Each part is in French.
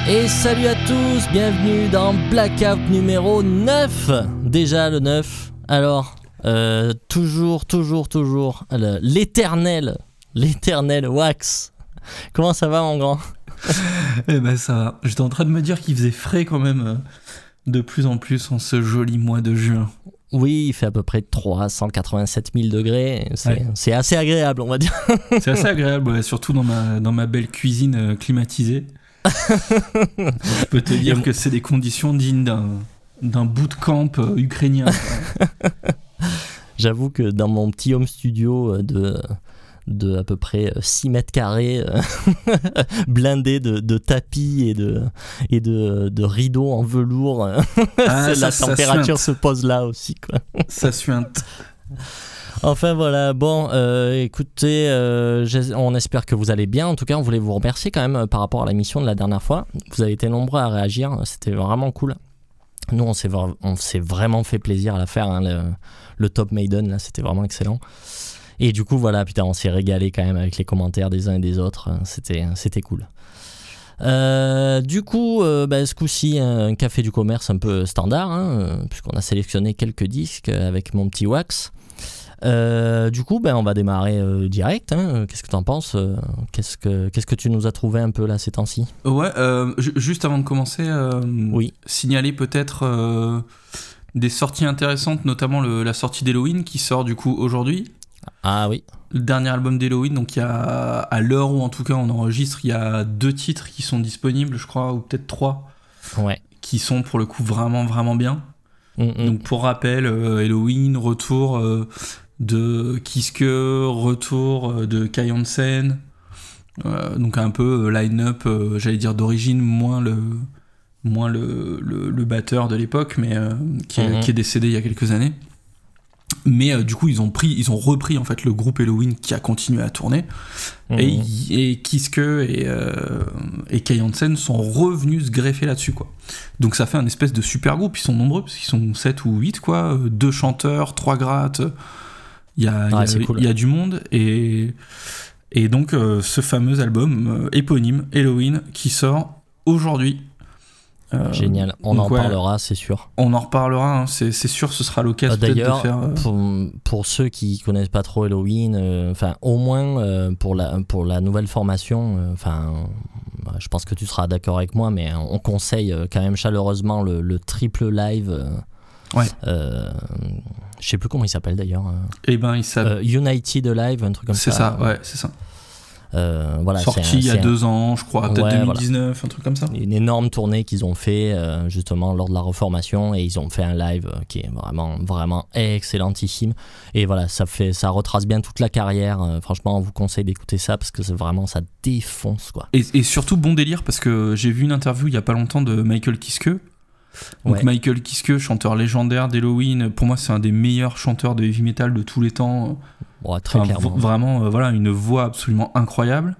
Et salut à tous, bienvenue dans Blackout numéro 9. Déjà le 9. Alors, toujours l'éternel Wax. Comment ça va mon grand ? Eh ben ça va. J'étais en train de me dire qu'il faisait frais quand même de plus en plus en ce joli mois de juin. Oui, il fait à peu près 387 000 degrés. C'est assez agréable, on va dire. C'est assez agréable, ouais, surtout dans ma belle cuisine climatisée. Je peux te dire que c'est des conditions dignes d'un bootcamp ukrainien. J'avoue que dans mon petit home studio de à peu près 6 mètres carrés, blindé de tapis et de rideaux en velours, la température se pose là aussi, quoi. Ça suinte. Enfin voilà, bon, écoutez, on espère que vous allez bien. En tout cas, on voulait vous remercier quand même par rapport à l'émission de la dernière fois. Vous avez été nombreux à réagir, c'était vraiment cool. Nous, on s'est vraiment fait plaisir à la faire, hein, le Top Maiden, là, c'était vraiment excellent. Et du coup, voilà, putain, on s'est régalé quand même avec les commentaires des uns et des autres, c'était cool. Du coup, ce coup-ci, un café du commerce un peu standard, hein, puisqu'on a sélectionné quelques disques avec mon petit Wax. Du coup, on va démarrer direct. Hein. Qu'est-ce que t'en penses ? Qu'est-ce que tu nous as trouvé un peu là ces temps-ci ? Ouais, juste avant de commencer, oui. Signaler peut-être des sorties intéressantes, notamment la sortie d'Halloween qui sort du coup aujourd'hui. Ah oui. Le dernier album d'Halloween, donc il y a, à l'heure où en tout cas on enregistre, il y a 2 titres qui sont disponibles, je crois, ou peut-être 3, ouais, qui sont pour le coup vraiment vraiment bien. Donc pour rappel, Halloween, retour de Kiske, retour de Kai Hansen, donc un peu line-up, j'allais dire d'origine, moins le batteur de l'époque, mais qui est décédé il y a quelques années. Mais du coup ils ont repris en fait le groupe Halloween qui a continué à tourner, et Kiske et Kai Hansen sont revenus se greffer là-dessus, quoi. Donc ça fait un espèce de super groupe. Ils sont nombreux parce qu'ils sont 7 ou 8, quoi, 2 chanteurs, 3 grattes, il y a du monde, et donc ce fameux album éponyme Halloween qui sort aujourd'hui. Génial, on en parlera, c'est sûr. On en reparlera, hein, c'est sûr, ce sera l'occasion peut-être de faire... pour ceux qui connaissent pas trop Halloween, au moins pour la nouvelle formation, je pense que tu seras d'accord avec moi, mais on conseille quand même chaleureusement le triple live. Ouais. Je sais plus comment il s'appelle d'ailleurs. Eh ben, il s'appelle United Live, un truc comme ça. C'est ça, ouais, c'est ça. Voilà, sorti il y a 2 ans, je crois, peut-être 2019, voilà. Un truc comme ça. Une énorme tournée qu'ils ont fait justement lors de la reformation, et ils ont fait un live qui est vraiment, vraiment excellentissime. Et voilà, ça retrace bien toute la carrière. Franchement, on vous conseille d'écouter ça parce que c'est vraiment, ça défonce, quoi. Et surtout bon délire, parce que j'ai vu une interview il y a pas longtemps de Michael Kiske. Donc ouais. Michael Kiske, chanteur légendaire d'Halloween, pour moi c'est un des meilleurs chanteurs de heavy metal de tous les temps. Ouais, très clairement. Vraiment, voilà, une voix absolument incroyable.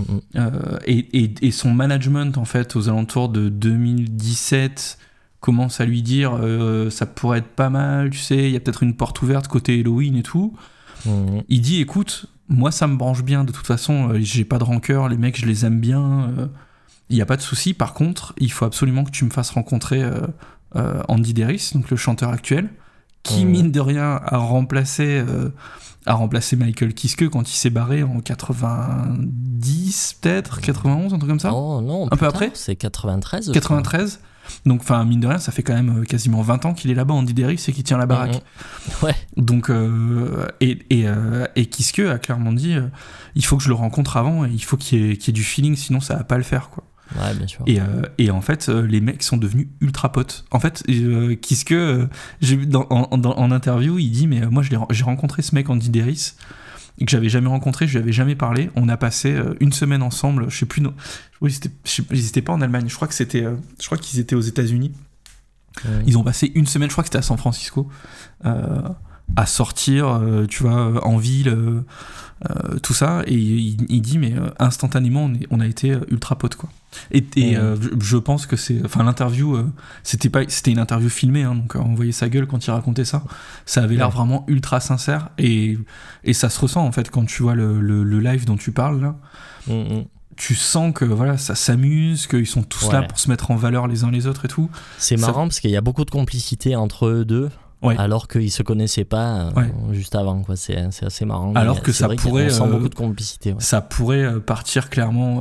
Et son management, en fait, aux alentours de 2017, commence à lui dire ça pourrait être pas mal, tu sais, il y a peut-être une porte ouverte côté Halloween et tout. Il dit, écoute, moi ça me branche bien, de toute façon, j'ai pas de rancœur, les mecs je les aime bien, il n'y a pas de souci. Par contre, il faut absolument que tu me fasses rencontrer Andy Deris, donc le chanteur actuel, qui mine de rien a remplacé Michael Kiske quand il s'est barré en 90, peut-être 91, un truc comme ça. Oh non, un peu après. C'est 93. 93. Donc, mine de rien, ça fait quand même quasiment 20 ans qu'il est là-bas, Andy Deris, et qu'il tient la baraque. Ouais. Donc, et Kiske a clairement dit il faut que je le rencontre avant, et il faut qu'il y ait du feeling, sinon ça va pas le faire, quoi. Ouais, bien sûr. Et en fait, les mecs sont devenus ultra potes. En fait, Kiske, en interview, il dit, mais moi j'ai rencontré ce mec Andy Deris, et que j'avais jamais rencontré, je lui avais jamais parlé. On a passé une semaine ensemble, je sais plus, ils étaient pas en Allemagne, je crois qu'ils étaient aux États-Unis. Ouais. Ils ont passé une semaine, je crois que c'était à San Francisco, à sortir, tu vois, en ville, tout ça, et il dit, mais instantanément on a été ultra potes, quoi. Et je pense que l'interview, c'était une interview filmée, hein, donc on voyait sa gueule quand il racontait ça. Ça avait l'air vraiment ultra sincère, et ça se ressent en fait quand tu vois le live dont tu parles là. tu sens que voilà, ça s'amuse, qu'ils sont tous là pour se mettre en valeur les uns les autres et tout. C'est marrant parce qu'il y a beaucoup de complicité entre eux deux. Alors qu'ils se connaissaient pas juste avant, quoi. C'est assez marrant. Alors que ça pourrait, on sent beaucoup de complicité. Ça pourrait partir clairement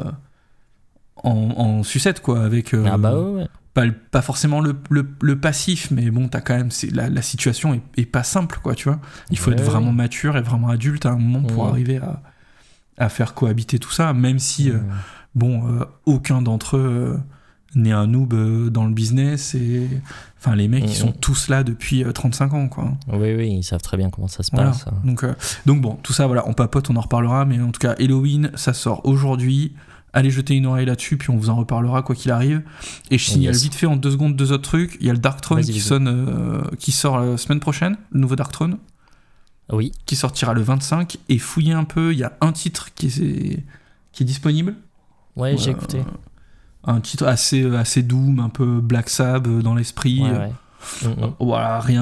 en sucette, quoi, avec pas forcément le passif, mais bon, t'as quand même la situation est pas simple, quoi, tu vois. Il faut être vraiment mature et vraiment adulte à un moment pour arriver à faire cohabiter tout ça, même si aucun d'entre eux n'est un noob dans le business, et enfin les mecs ils sont tous là depuis 35 ans, quoi. Oui, ils savent très bien comment ça se passe. Donc bon, tout ça, voilà, on papote, on en reparlera, mais en tout cas Halloween, ça sort aujourd'hui. Allez jeter une oreille là-dessus, puis on vous en reparlera quoi qu'il arrive. Et je signale vite fait en 2 secondes 2 autres trucs. Il y a le Dark Throne qui sort la semaine prochaine, le nouveau Dark Throne. Oui. Qui sortira le 25. Et fouillez un peu, il y a un titre qui est disponible. Ouais, j'ai écouté. Un titre assez doom, un peu Black Sabbath dans l'esprit. Voilà, rien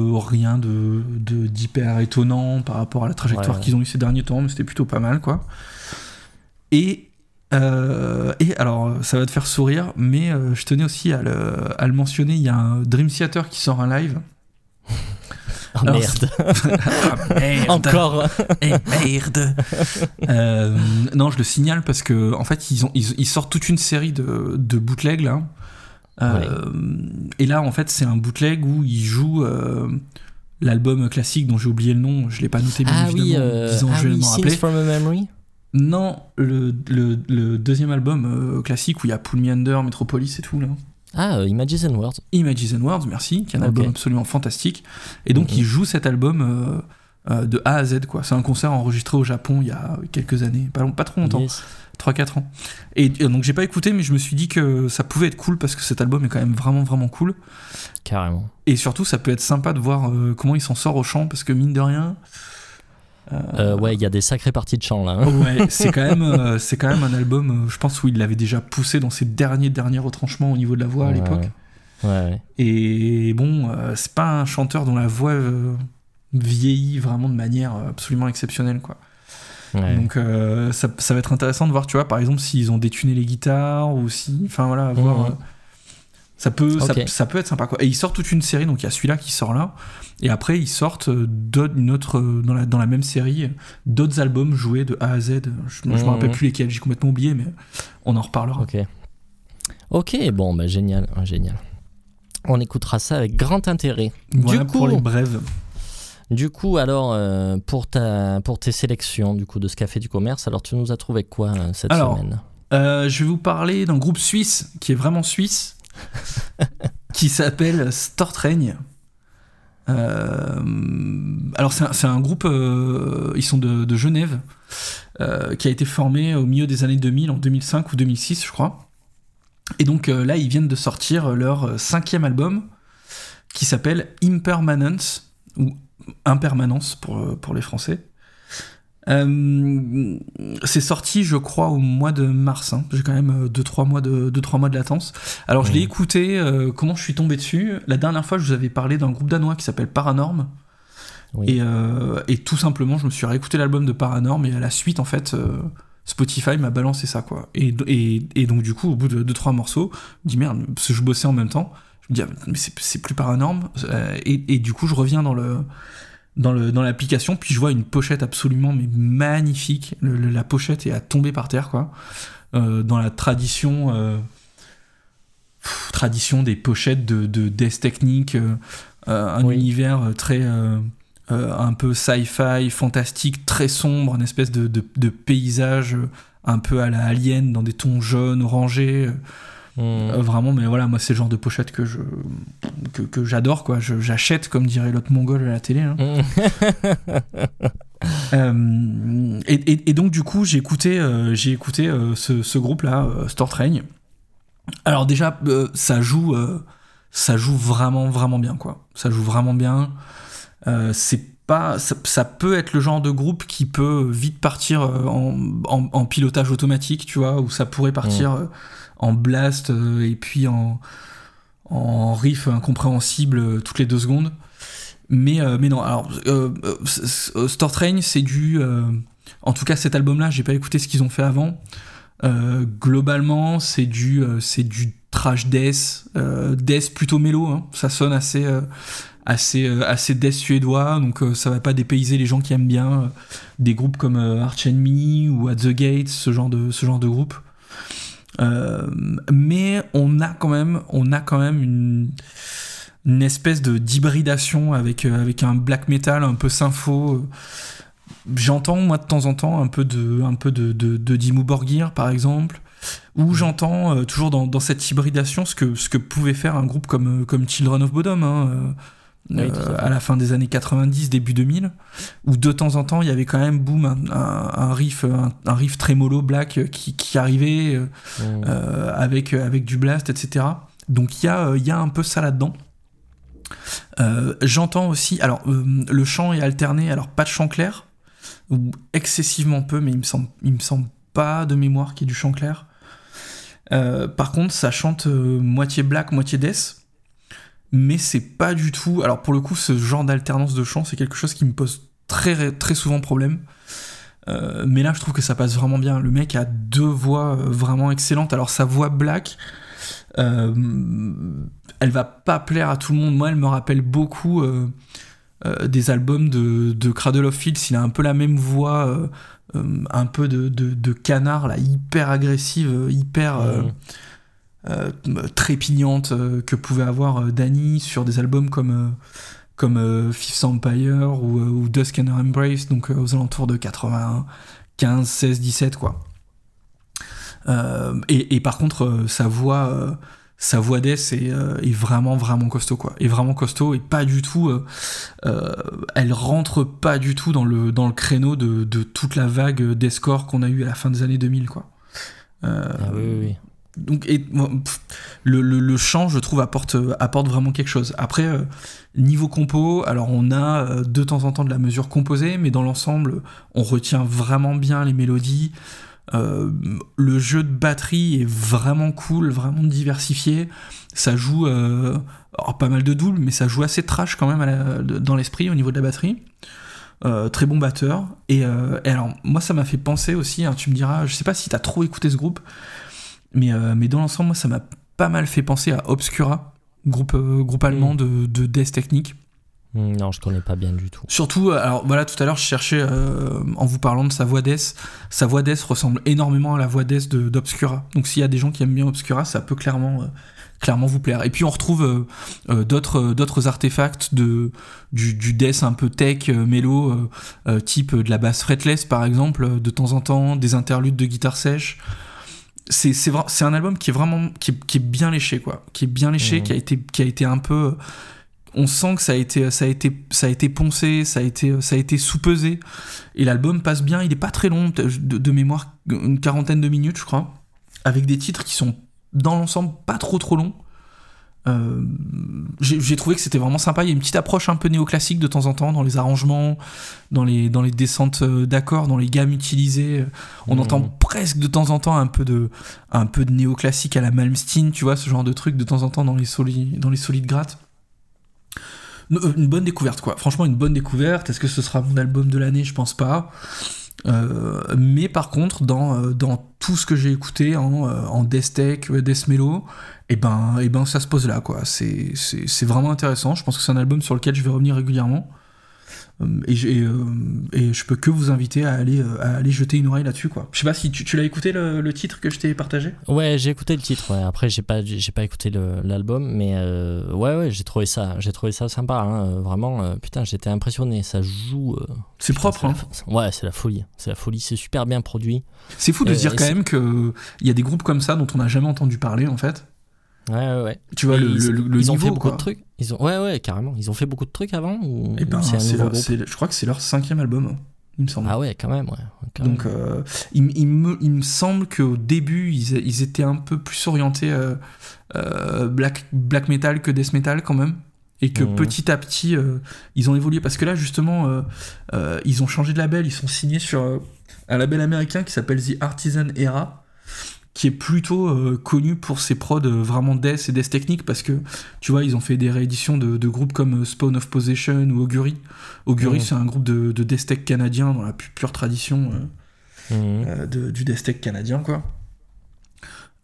d'hyper étonnant par rapport à la trajectoire qu'ils ont eu ces derniers temps, mais c'était plutôt pas mal, quoi. Et alors, ça va te faire sourire, mais je tenais aussi à le mentionner. Il y a un Dream Theater qui sort un live. Merde. Merde. Encore. Merde. Non, je le signale parce que en fait, ils sortent toute une série de bootlegs là. Et là, en fait, c'est un bootleg où ils jouent l'album classique dont j'ai oublié le nom. Je l'ai pas noté, bien évidemment. Je vais m'en rappeler. Scenes from a Memory. Non, le deuxième album classique où il y a Pull Me Under, Metropolis et tout là. Images and Words. Images and Words, merci, qui est un album absolument fantastique. Et donc il joue cet album de A à Z, quoi. C'est un concert enregistré au Japon il y a quelques années, pas trop longtemps, 3-4 ans. Et donc j'ai pas écouté, mais je me suis dit que ça pouvait être cool parce que cet album est quand même vraiment vraiment cool. Carrément. Et surtout ça peut être sympa de voir comment il s'en sort au chant, parce que mine de rien... il y a des sacrées parties de chant là. Ouais, c'est quand même un album, je pense, où il l'avait déjà poussé dans ses derniers retranchements au niveau de la voix à l'époque. Ouais. Et bon, c'est pas un chanteur dont la voix vieillit vraiment de manière absolument exceptionnelle, quoi. Ouais. Donc ça va être intéressant de voir, tu vois, par exemple, s'ils ont détuné les guitares ou si, enfin voilà, voir. Ça peut être sympa, quoi. Et ils sortent toute une série, donc il y a celui-là qui sort là, et après ils sortent dans la même série d'autres albums joués de A à Z. Je me rappelle plus lesquels, j'ai complètement oublié, mais on en reparlera. Ok, bon, bah génial. On écoutera ça avec grand intérêt. Voilà, du coup, pour les brèves. Du coup, alors, pour tes sélections du coup, de ce café du commerce, alors tu nous as trouvé quoi cette semaine ? Je vais vous parler d'un groupe suisse qui est vraiment suisse. Qui s'appelle Stortrein. Alors c'est un groupe, ils sont de Genève, qui a été formé au milieu des années 2000, en 2005 ou 2006 je crois. Et donc là ils viennent de sortir leur 5e album qui s'appelle Impermanence, ou Impermanence pour les Français. C'est sorti je crois au mois de mars, hein. J'ai quand même 2-3 mois de latence. Alors je l'ai écouté, comment je suis tombé dessus? La dernière fois je vous avais parlé d'un groupe danois qui s'appelle Paranorm, et tout simplement je me suis réécouté l'album de Paranorm, et à la suite en fait Spotify m'a balancé ça, quoi. Et donc du coup au bout de 2-3 morceaux je me dis merde, parce que je bossais en même temps, je me dis mais c'est plus Paranorm, et du coup je reviens dans l'application, puis je vois une pochette absolument magnifique. La pochette est à tomber par terre, quoi. Dans la tradition des pochettes de Death Technique, univers très un peu sci-fi, fantastique, très sombre, une espèce de paysage un peu à la Alien, dans des tons jaunes, orangés. Vraiment, mais voilà, moi c'est le genre de pochette que j'adore, quoi. J'achète, comme dirait l'autre mongol à la télé, hein. Et donc du coup j'ai écouté ce groupe là, Stortrein. Alors déjà ça joue vraiment vraiment bien, quoi. Ça joue vraiment bien. Ça peut être le genre de groupe qui peut vite partir en pilotage automatique, tu vois, ou ça pourrait partir en blast et puis en riff incompréhensible toutes les 2 secondes. Mais non, alors Stortrein, c'est en tout cas cet album-là, j'ai pas écouté ce qu'ils ont fait avant. Globalement, c'est du trash death, death plutôt mélo, hein. Ça sonne assez death suédois, donc ça va pas dépayser les gens qui aiment bien des groupes comme Arch Enemy ou At the Gates, ce genre de groupe. Mais on a quand même une espèce d'hybridation avec un black metal un peu sympho. J'entends moi de temps en temps un peu de Dimmu Borgir par exemple, ou j'entends toujours dans cette hybridation ce que pouvait faire un groupe comme Children of Bodom, hein, à la fin des années 90, début 2000, où de temps en temps il y avait quand même un riff trémolo black qui arrivait avec du blast, etc. Donc il y a un peu ça là-dedans. J'entends aussi, alors le chant est alterné, alors pas de chant clair, ou excessivement peu, mais il me semble pas de mémoire qu'il y ait du chant clair. Par contre, ça chante moitié black, moitié death, mais c'est pas du tout. Alors pour le coup, ce genre d'alternance de chant, c'est quelque chose qui me pose très, très souvent problème. Mais là, je trouve que ça passe vraiment bien. Le mec a deux voix vraiment excellentes. Alors sa voix black, elle va pas plaire à tout le monde. Moi, elle me rappelle beaucoup des albums de Cradle of Filth. Il a un peu la même voix, un peu de canard, là, hyper agressive, hyper trépignante, que pouvait avoir Danny sur des albums comme Fifth Empire ou Dusk and Embrace, donc aux alentours de 95, 16, 17, quoi. Et par contre, sa voix death est vraiment costaud, quoi. Et vraiment costaud, et pas du tout. Elle rentre pas du tout dans le créneau de toute la vague deathcore qu'on a eu à la fin des années 2000, quoi. Oui. Donc, le chant, je trouve, apporte vraiment quelque chose. Après, niveau compo, alors on a de temps en temps de la mesure composée, mais dans l'ensemble, on retient vraiment bien les mélodies. Le jeu de batterie est vraiment cool, vraiment diversifié. Ça joue pas mal de double, mais ça joue assez trash quand même dans l'esprit au niveau de la batterie. Très bon batteur. Et alors, moi, ça m'a fait penser aussi, hein, tu me diras, je sais pas si t'as trop écouté ce groupe, mais dans l'ensemble, moi, ça m'a pas mal fait penser à Obscura, groupe allemand de death technique. Non, je connais pas bien du tout. Surtout, alors voilà, tout à l'heure, je cherchais, en vous parlant de sa voix death ressemble énormément à la voix death d'Obscura. Donc s'il y a des gens qui aiment bien Obscura, ça peut clairement vous plaire. Et puis on retrouve d'autres artefacts du death un peu tech, mélo, type de la basse fretless par exemple, de temps en temps, des interludes de guitare sèche. C'est un album qui est vraiment qui est bien léché, quoi, qui a été un peu, on sent que ça a été poncé, ça a été sous-pesé, et l'album passe bien. Il est pas très long, de mémoire une 40aine de minutes, je crois, avec des titres qui sont dans l'ensemble pas trop longs. J'ai trouvé que c'était vraiment sympa. Il y a une petite approche un peu néoclassique de temps en temps dans les arrangements, dans les descentes d'accords, dans les gammes utilisées. On entend presque de temps en temps un peu de néoclassique à la Malmsteen, tu vois, ce genre de truc de temps en temps dans les solides grattes. Une bonne découverte, quoi. Franchement, une bonne découverte. Est-ce que ce sera mon album de l'année ? Je pense pas. Mais par contre, dans tout ce que j'ai écouté en death tech, death mellow, et ben ça se pose là, quoi. C'est vraiment intéressant. Je pense que c'est un album sur lequel je vais revenir régulièrement. Et je peux que vous inviter à aller jeter une oreille là-dessus, quoi. Je sais pas si tu l'as écouté, le titre que je t'ai partagé. Ouais, j'ai écouté le titre. Ouais. Après, j'ai pas écouté l'album, mais ouais, j'ai trouvé ça sympa. Hein. Vraiment, putain, j'étais impressionné. Ça joue. C'est propre. Hein. Ouais, c'est la folie. C'est super bien produit. C'est fou de se dire quand même que il y a des groupes comme ça dont on n'a jamais entendu parler, en fait. Ouais. Tu vois, le ils niveau, ont fait beaucoup quoi. de trucs. Ouais, carrément. Ils ont fait beaucoup de trucs avant ou je crois que c'est leur 5e album, il me semble. Ah ouais, quand même, ouais. Donc, il me semble qu'au début, ils étaient un peu plus orientés black metal que death metal, quand même. Et que petit à petit, ils ont évolué. Parce que là, justement, ils ont changé de label. Ils sont signés sur un label américain qui s'appelle The Artisan Era, qui est plutôt connu pour ses prods vraiment death et death technique, parce que tu vois, ils ont fait des rééditions de groupes comme Spawn of Possession ou Augury. Augury, c'est un groupe de death tech canadien dans la pure tradition du death tech canadien, quoi.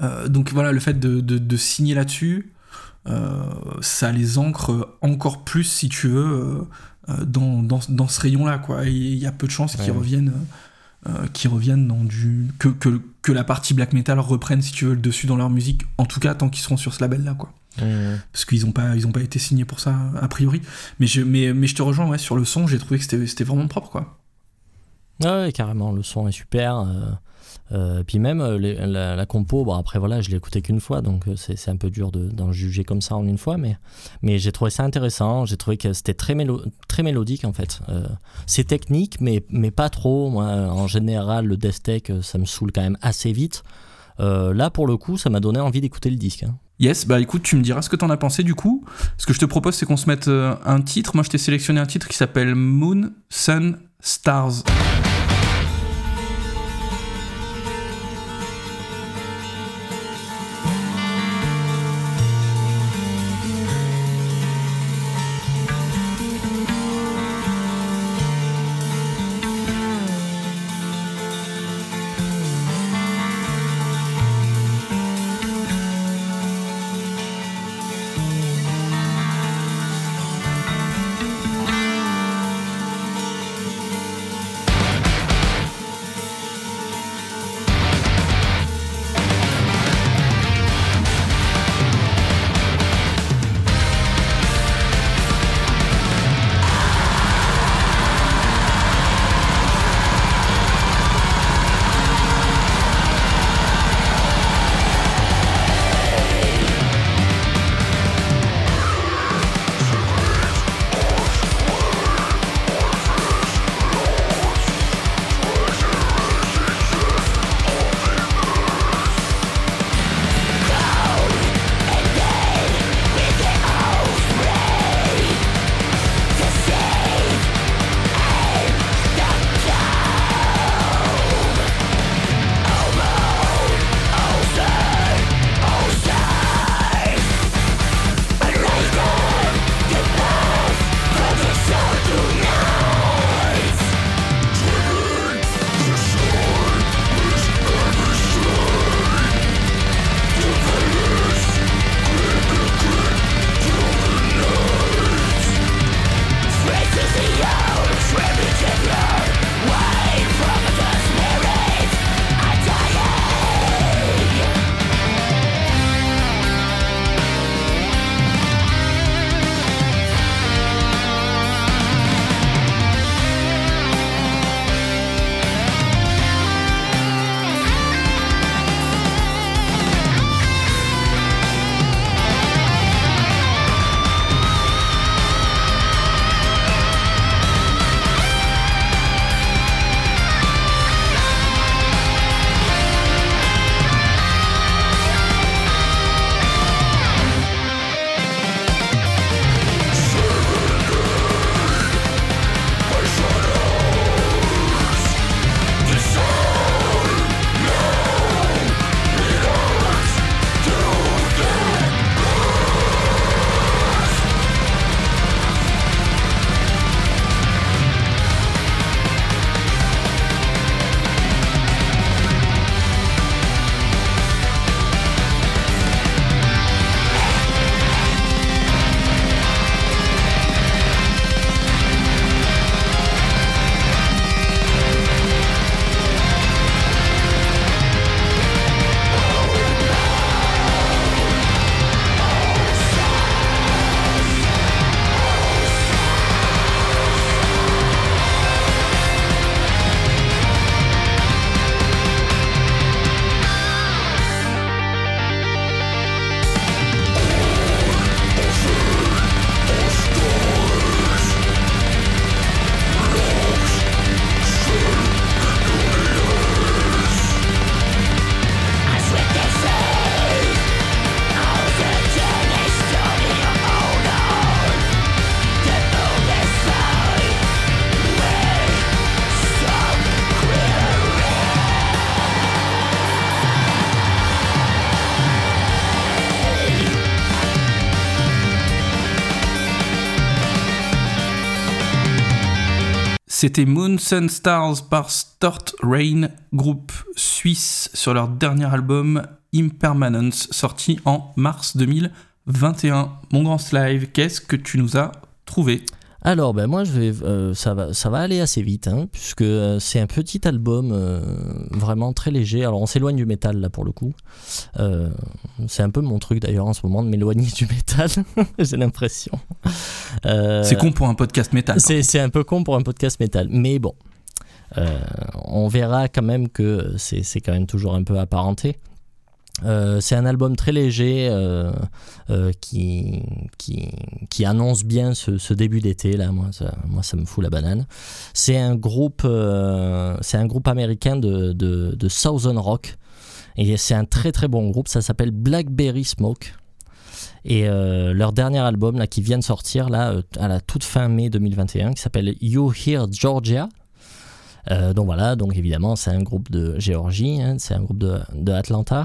Donc voilà, le fait de signer là-dessus, ça les ancre encore plus, si tu veux, dans ce rayon-là, quoi. Et il y a peu de chances qu'ils reviennent dans que la partie black metal reprenne, si tu veux, le dessus dans leur musique, en tout cas tant qu'ils seront sur ce label-là, quoi. Parce qu'ils ont pas été signés pour ça, a priori. Mais je te rejoins, sur le son, j'ai trouvé que c'était vraiment propre, quoi. Ouais, carrément, le son est super. Puis même la compo, bon après voilà, je l'ai écouté qu'une fois, donc c'est un peu dur d'en juger comme ça en une fois, mais j'ai trouvé ça intéressant. J'ai trouvé que c'était très mélodique en fait. C'est technique, mais pas trop. Moi, en général, le death tech, ça me saoule quand même assez vite. Là, pour le coup, ça m'a donné envie d'écouter le disque. Yes, bah écoute, tu me diras ce que t'en as pensé du coup. Ce que je te propose, c'est qu'on se mette un titre. Moi, je t'ai sélectionné un titre qui s'appelle Moon, Sun, Stars. C'était Moon, Sun, Stars par Stort Rain, groupe suisse sur leur dernier album Impermanence, sorti en mars 2021. Mon grand Slive, qu'est-ce que tu nous as trouvé ? Alors, moi, ça va aller assez vite, hein, puisque c'est un petit album vraiment très léger. Alors, on s'éloigne du métal, là, pour le coup. C'est un peu mon truc, d'ailleurs, en ce moment, de m'éloigner du métal, j'ai l'impression. C'est con pour un podcast métal. C'est un peu con pour un podcast métal, mais bon. On verra quand même que c'est quand même toujours un peu apparenté. C'est un album très léger qui annonce bien ce début d'été là. Moi ça me fout la banane. C'est un groupe américain de Southern Rock et c'est un très très bon groupe. Ça s'appelle Blackberry Smoke et leur dernier album là qui vient de sortir là à la toute fin mai 2021 qui s'appelle You Hear Georgia. Donc voilà, donc évidemment c'est un groupe de Géorgie, hein, c'est un groupe de Atlanta.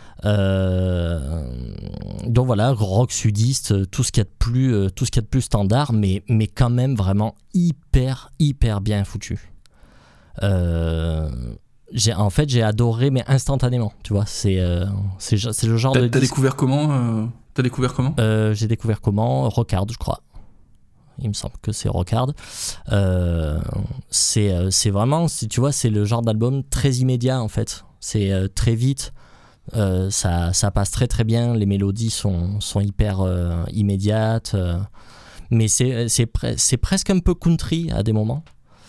Donc voilà, rock sudiste, tout ce qu'il y a de plus standard, mais quand même vraiment hyper bien foutu. J'ai adoré, mais instantanément, tu vois. C'est le genre de. T'as découvert comment J'ai découvert comment Rockard, je crois. Il me semble que c'est Rockard. C'est vraiment, tu vois, c'est le genre d'album très immédiat en fait. C'est très vite. Ça passe très très bien. Les mélodies sont hyper immédiates. Mais c'est presque un peu country à des moments.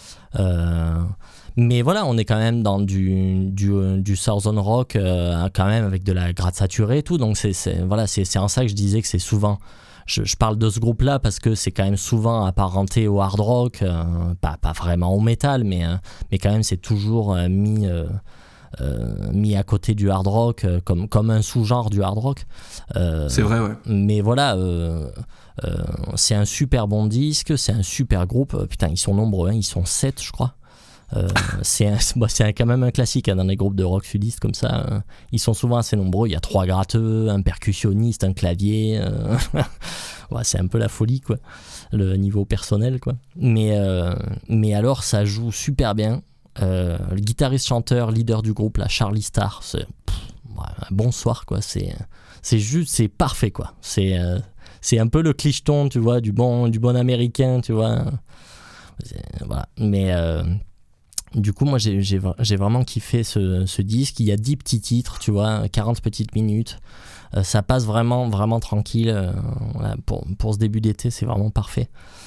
Mais voilà, on est quand même dans du Southern Rock, quand même avec de la gratte saturée et tout. Donc c'est en ça que je disais que c'est souvent. Je parle de ce groupe-là parce que c'est quand même souvent apparenté au hard rock, pas vraiment au métal, mais quand même c'est toujours mis à côté du hard rock comme un sous-genre du hard rock. C'est vrai, ouais. Mais voilà, c'est un super bon disque, c'est un super groupe. Putain, ils sont nombreux, hein, ils sont 7 je crois. C'est quand même un classique hein, dans les groupes de rock sudistes comme ça. Ils sont souvent assez nombreux. Il y a 3 gratteux, un percussionniste, un clavier. Ouais, c'est un peu la folie, quoi. Le niveau personnel, quoi. Mais alors, ça joue super bien. Le guitariste, chanteur, leader du groupe, là, Charlie Starr, c'est un bon soir, quoi. C'est parfait, quoi. C'est un peu le clicheton, tu vois, du bon américain, tu vois. Voilà. Mais du coup, moi, j'ai vraiment kiffé ce disque. Il y a 10 petits titres, tu vois, 40 petites minutes. Ça passe vraiment, vraiment tranquille. Voilà, pour ce début d'été, c'est vraiment parfait.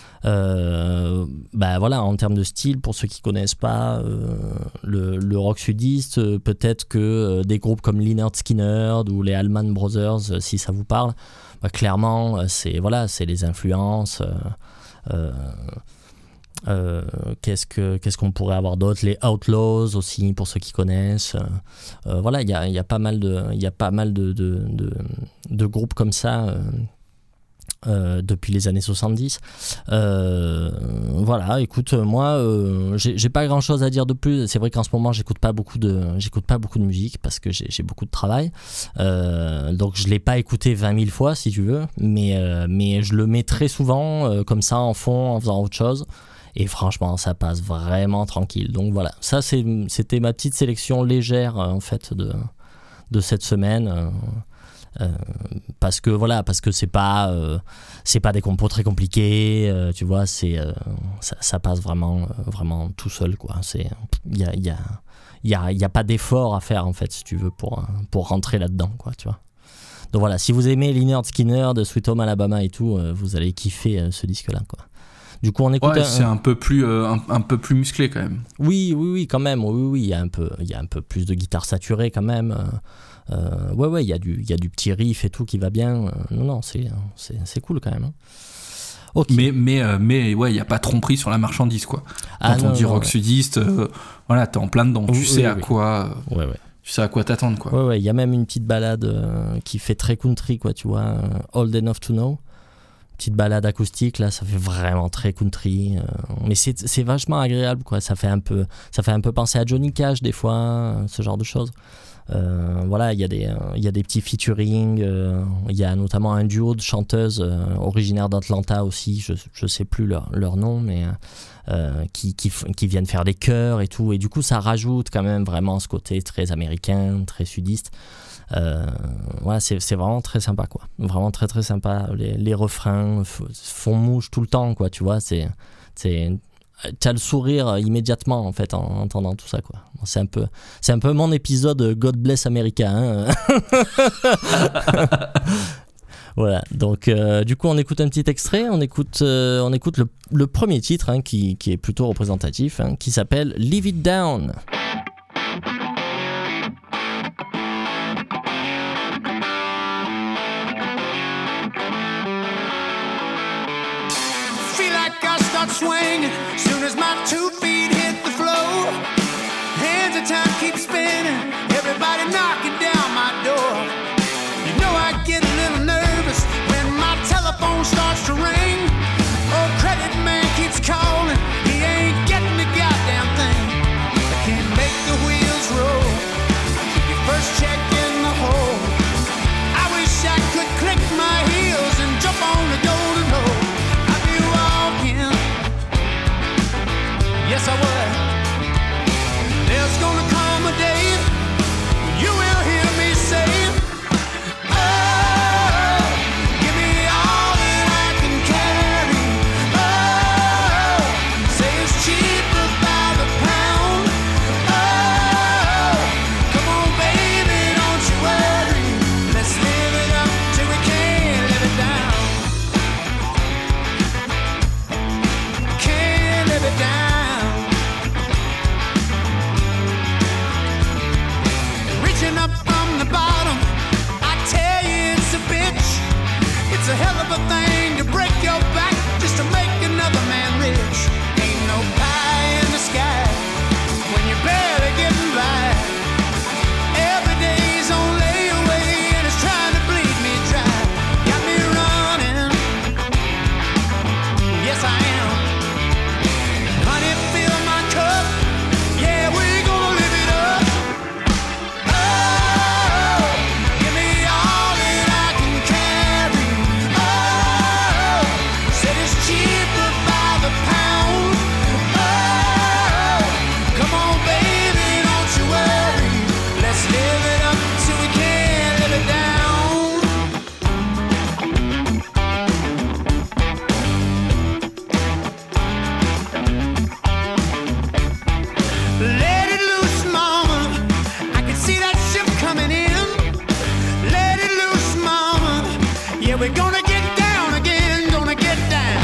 Voilà, en termes de style, pour ceux qui connaissent pas le rock sudiste, peut-être que des groupes comme Lynyrd Skynyrd ou les Allman Brothers, si ça vous parle, clairement, c'est les influences. Qu'est-ce qu'on pourrait avoir d'autre, les Outlaws aussi pour ceux qui connaissent. Voilà, il y a pas mal de groupes comme ça depuis les années 70. Voilà, écoute, moi j'ai pas grand chose à dire de plus. C'est vrai qu'en ce moment j'écoute pas beaucoup de musique parce que j'ai beaucoup de travail, donc je l'ai pas écouté 20 000 fois si tu veux, mais je le mets très souvent comme ça en fond en faisant autre chose. Et franchement, ça passe vraiment tranquille. Donc voilà, ça c'était ma petite sélection légère en fait de cette semaine. Parce que c'est pas des compos très compliqués, tu vois, ça passe vraiment tout seul, quoi. Il y a pas d'effort à faire en fait, si tu veux, pour rentrer là-dedans, quoi, tu vois. Donc voilà, si vous aimez Lynyrd Skynyrd, Sweet Home Alabama et tout, vous allez kiffer ce disque-là, quoi. Du coup, on écoute. Ouais, c'est un peu plus musclé quand même. Oui, quand même. Oui, il y a un peu plus de guitare saturée quand même. Ouais, il y a du petit riff et tout qui va bien. Non, c'est cool quand même. Hein. Okay. Mais ouais, il n'y a pas tromperie sur la marchandise, quoi. Quand on dit rock sudiste, voilà, t'es en plein dedans. Tu sais à quoi. Ouais. Tu sais à quoi t'attendre, quoi. Ouais, il y a même une petite balade qui fait très country, quoi, tu vois. Old Enough to Know. Petite balade acoustique, là, ça fait vraiment très country. Mais c'est vachement agréable, quoi. Ça fait un peu penser à Johnny Cash, des fois, ce genre de choses. Voilà, il y a des petits featuring. Il y a notamment un duo de chanteuses originaires d'Atlanta aussi. Je sais plus leur nom, mais qui viennent faire des chœurs et tout. Et du coup, ça rajoute quand même vraiment ce côté très américain, très sudiste. Voilà, c'est vraiment très sympa, quoi. Vraiment très très sympa. Les refrains font mouche tout le temps, quoi. Tu vois, t'as le sourire immédiatement en fait en entendant tout ça, quoi. C'est un peu mon épisode God Bless America, hein. Voilà, donc du coup on écoute un petit extrait, on écoute le premier titre, hein, qui est plutôt représentatif, hein, qui s'appelle Leave It Down. Swinging, soon as my 2 feet hit the floor, hands of time keep spinning, everybody knocking down my door. You know I get a little nervous when my telephone starts to ring. Oh, credit man keeps calling, he ain't getting the goddamn thing. I can't make the wheels roll, your first check in the hole. I wish I could click my heels and jump on the golden hole. I'd be walking, yes I would. There's gonna come a day you will hear me say, oh, give me all that I can carry. Oh, say it's cheaper by the pound. Oh, come on baby, don't you worry. Let's live it up till we can't live it down. Can't live it down. Up from the bottom, I tell you it's a bitch. It's a hell of a thing to break your back just to make another man rich. Ain't no pie in the sky when you're barely getting by. Every day's on layaway and it's trying to bleed me dry. Got me running, yes I am. Honey, fill my cup, yeah, we're gonna live it up. We're gonna get down again, gonna get down.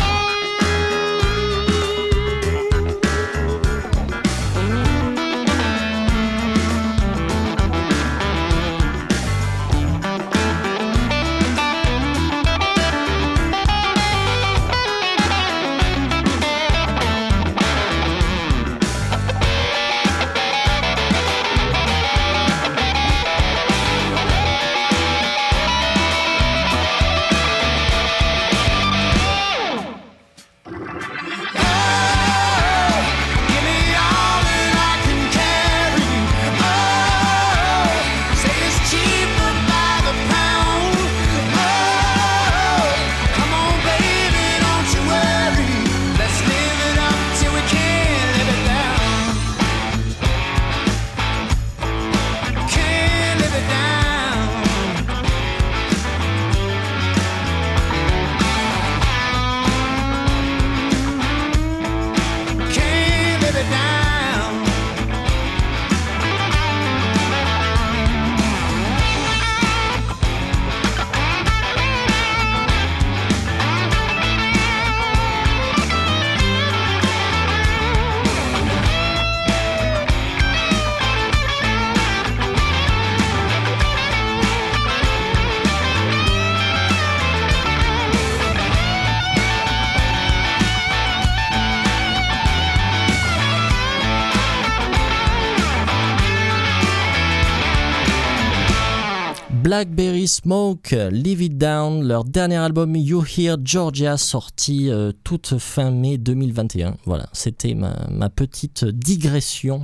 Blackberry Smoke, Leave It Down, leur dernier album You Hear Georgia, sorti toute fin mai 2021. Voilà, c'était ma petite digression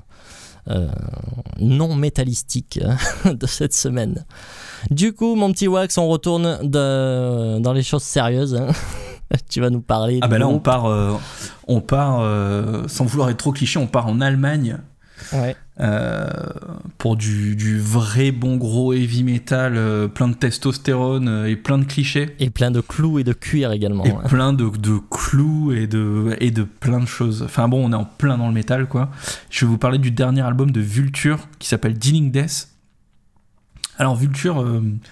non métallistique de cette semaine. Du coup, mon petit Wax, on retourne dans les choses sérieuses. Hein. Tu vas nous parler. Ah bah là, on part sans vouloir être trop cliché, on part en Allemagne. Ouais. Pour du vrai bon gros heavy metal, plein de testostérone et plein de clichés. Et plein de clous et de cuir également. Et plein de clous et de plein de choses. Enfin bon, on est en plein dans le métal, quoi. Je vais vous parler du dernier album de Vulture qui s'appelle Dealing Death. Alors Vulture,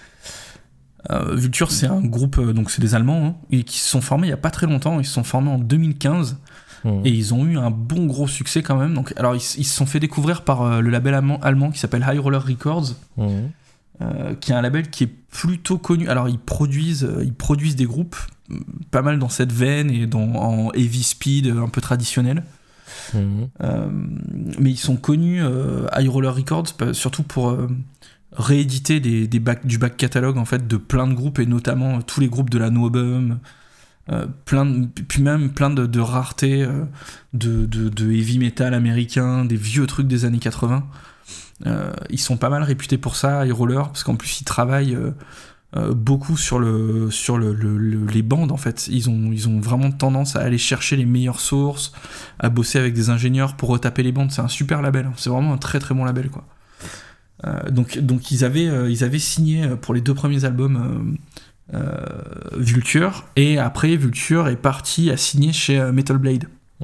c'est un groupe, donc c'est des Allemands, hein, et qui se sont formés il y a pas très longtemps. Ils se sont formés en 2015. Et ils ont eu un bon gros succès quand même. Donc, alors ils se sont fait découvrir par le label allemand qui s'appelle High Roller Records, qui est un label qui est plutôt connu. Alors ils produisent des groupes pas mal dans cette veine et en heavy speed un peu traditionnel. Mais ils sont connus, High Roller Records, surtout pour rééditer du back catalogue en fait de plein de groupes, et notamment tous les groupes de la Novum. Puis même plein de raretés de heavy metal américain, des vieux trucs des années 80. Ils sont pas mal réputés pour ça, High Roller, parce qu'en plus ils travaillent beaucoup sur les bandes en fait. Ils ont vraiment tendance à aller chercher les meilleures sources, à bosser avec des ingénieurs pour retaper les bandes. C'est un super label, c'est vraiment un très très bon label, quoi. Donc ils avaient signé pour les 2 premiers albums Vulture, et après Vulture est parti à signer chez Metal Blade.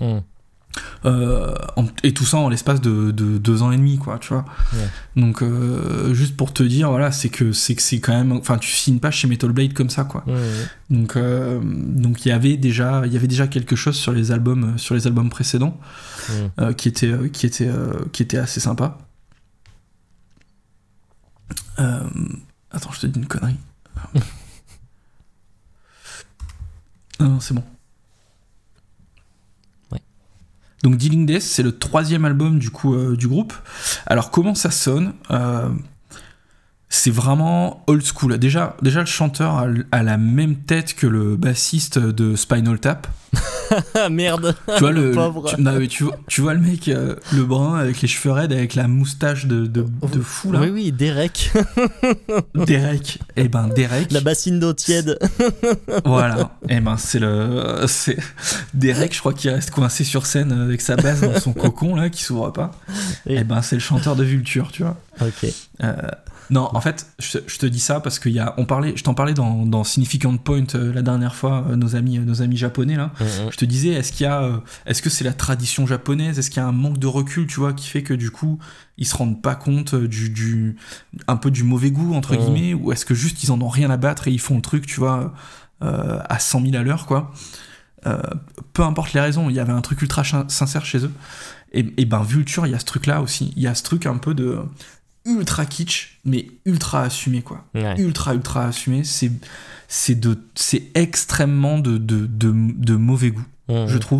Et tout ça en l'espace de 2 ans et demi, quoi, tu vois. Donc juste pour te dire, voilà, c'est que c'est quand même, enfin, tu signes pas chez Metal Blade comme ça, quoi. Donc il y avait déjà quelque chose sur les albums précédents qui était assez sympa. Attends, je te dis une connerie. Non, c'est bon. Ouais. Donc Dealing Death, c'est le 3e album du groupe. Alors comment ça sonne ? C'est vraiment old school. Déjà le chanteur a la même tête que le bassiste de Spinal Tap. Merde. Tu vois pauvre. Tu vois le mec, le brun avec les cheveux raides, avec la moustache de fou là. Oui, Derek. Derek. Eh ben Derek. La bassine d'eau tiède. Voilà. Eh ben c'est Derek, je crois qu'il reste coincé sur scène avec sa basse dans son cocon là qui s'ouvre pas. Eh ben c'est le chanteur de Vulture, tu vois. Ok. Non, en fait, je te dis ça parce que je t'en parlais dans Significant Point la dernière fois, nos amis japonais là. Je te disais, est-ce que c'est la tradition japonaise, est-ce qu'il y a un manque de recul, tu vois, qui fait que du coup ils se rendent pas compte un peu du mauvais goût entre guillemets, ou est-ce que juste ils en ont rien à battre et ils font le truc, tu vois, à 100 000 à l'heure, quoi. Peu importe les raisons, il y avait un truc ultra sincère chez eux. Et ben Vulture, il y a ce truc là aussi, il y a ce truc un peu de ultra kitsch mais ultra assumé, quoi. Ultra assumé. C'est extrêmement de mauvais goût, je trouve.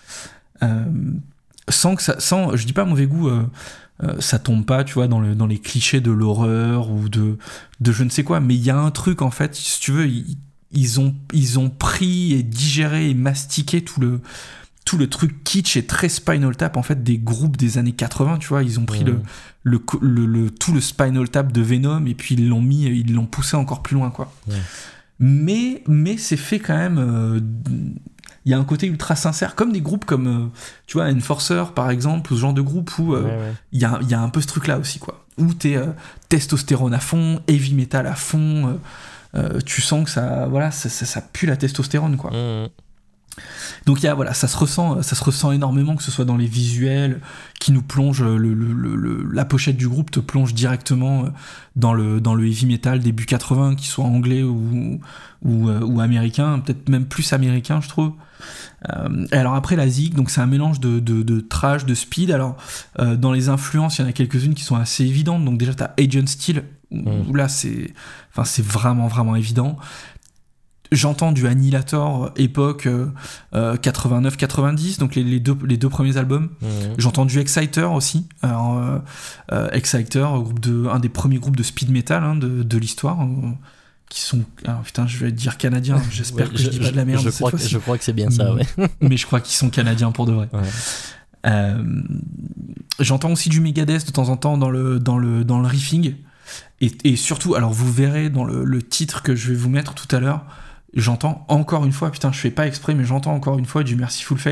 Je dis pas mauvais goût, ça tombe pas, tu vois, dans les clichés de l'horreur ou de je ne sais quoi, mais il y a un truc en fait, si tu veux, ils ont pris et digéré et mastiqué tout le truc kitsch et très Spinal Tap en fait des groupes des années 80, tu vois. Ils ont pris tout le Spinal Tap de Venom et puis ils l'ont poussé encore plus loin, quoi. Mais c'est fait quand même. Il y a un côté ultra sincère, comme des groupes comme tu vois Enforcer par exemple, ou ce genre de groupe où il y a un peu ce truc là aussi, quoi, où t'es testostérone à fond, heavy metal à fond, tu sens que ça pue la testostérone, quoi. Donc ça se ressent énormément, que ce soit dans les visuels qui nous plongent, la pochette du groupe te plonge directement dans le heavy metal début 80, qu'il soit anglais ou américain, peut-être même plus américain, je trouve. Et alors après la zig, donc c'est un mélange de thrash, de speed. Alors dans les influences, il y en a quelques-unes qui sont assez évidentes. Donc déjà t'as Agent Steel, où là c'est vraiment vraiment évident. J'entends du Annihilator époque 89-90, donc les deux premiers albums. J'entends du Exciter aussi. Alors, Exciter, un des premiers groupes de speed metal de l'histoire, qui sont... Alors, putain, je vais dire canadiens, j'espère que je dis pas de la merde. Je crois que c'est bien ça, ouais. Mais je crois qu'ils sont canadiens pour de vrai. Ouais. J'entends aussi du Megadeth de temps en temps dans le riffing. Et surtout, alors vous verrez dans le titre que je vais vous mettre tout à l'heure, j'entends encore une fois, putain, je fais pas exprès, mais j'entends encore une fois du Merciful Fate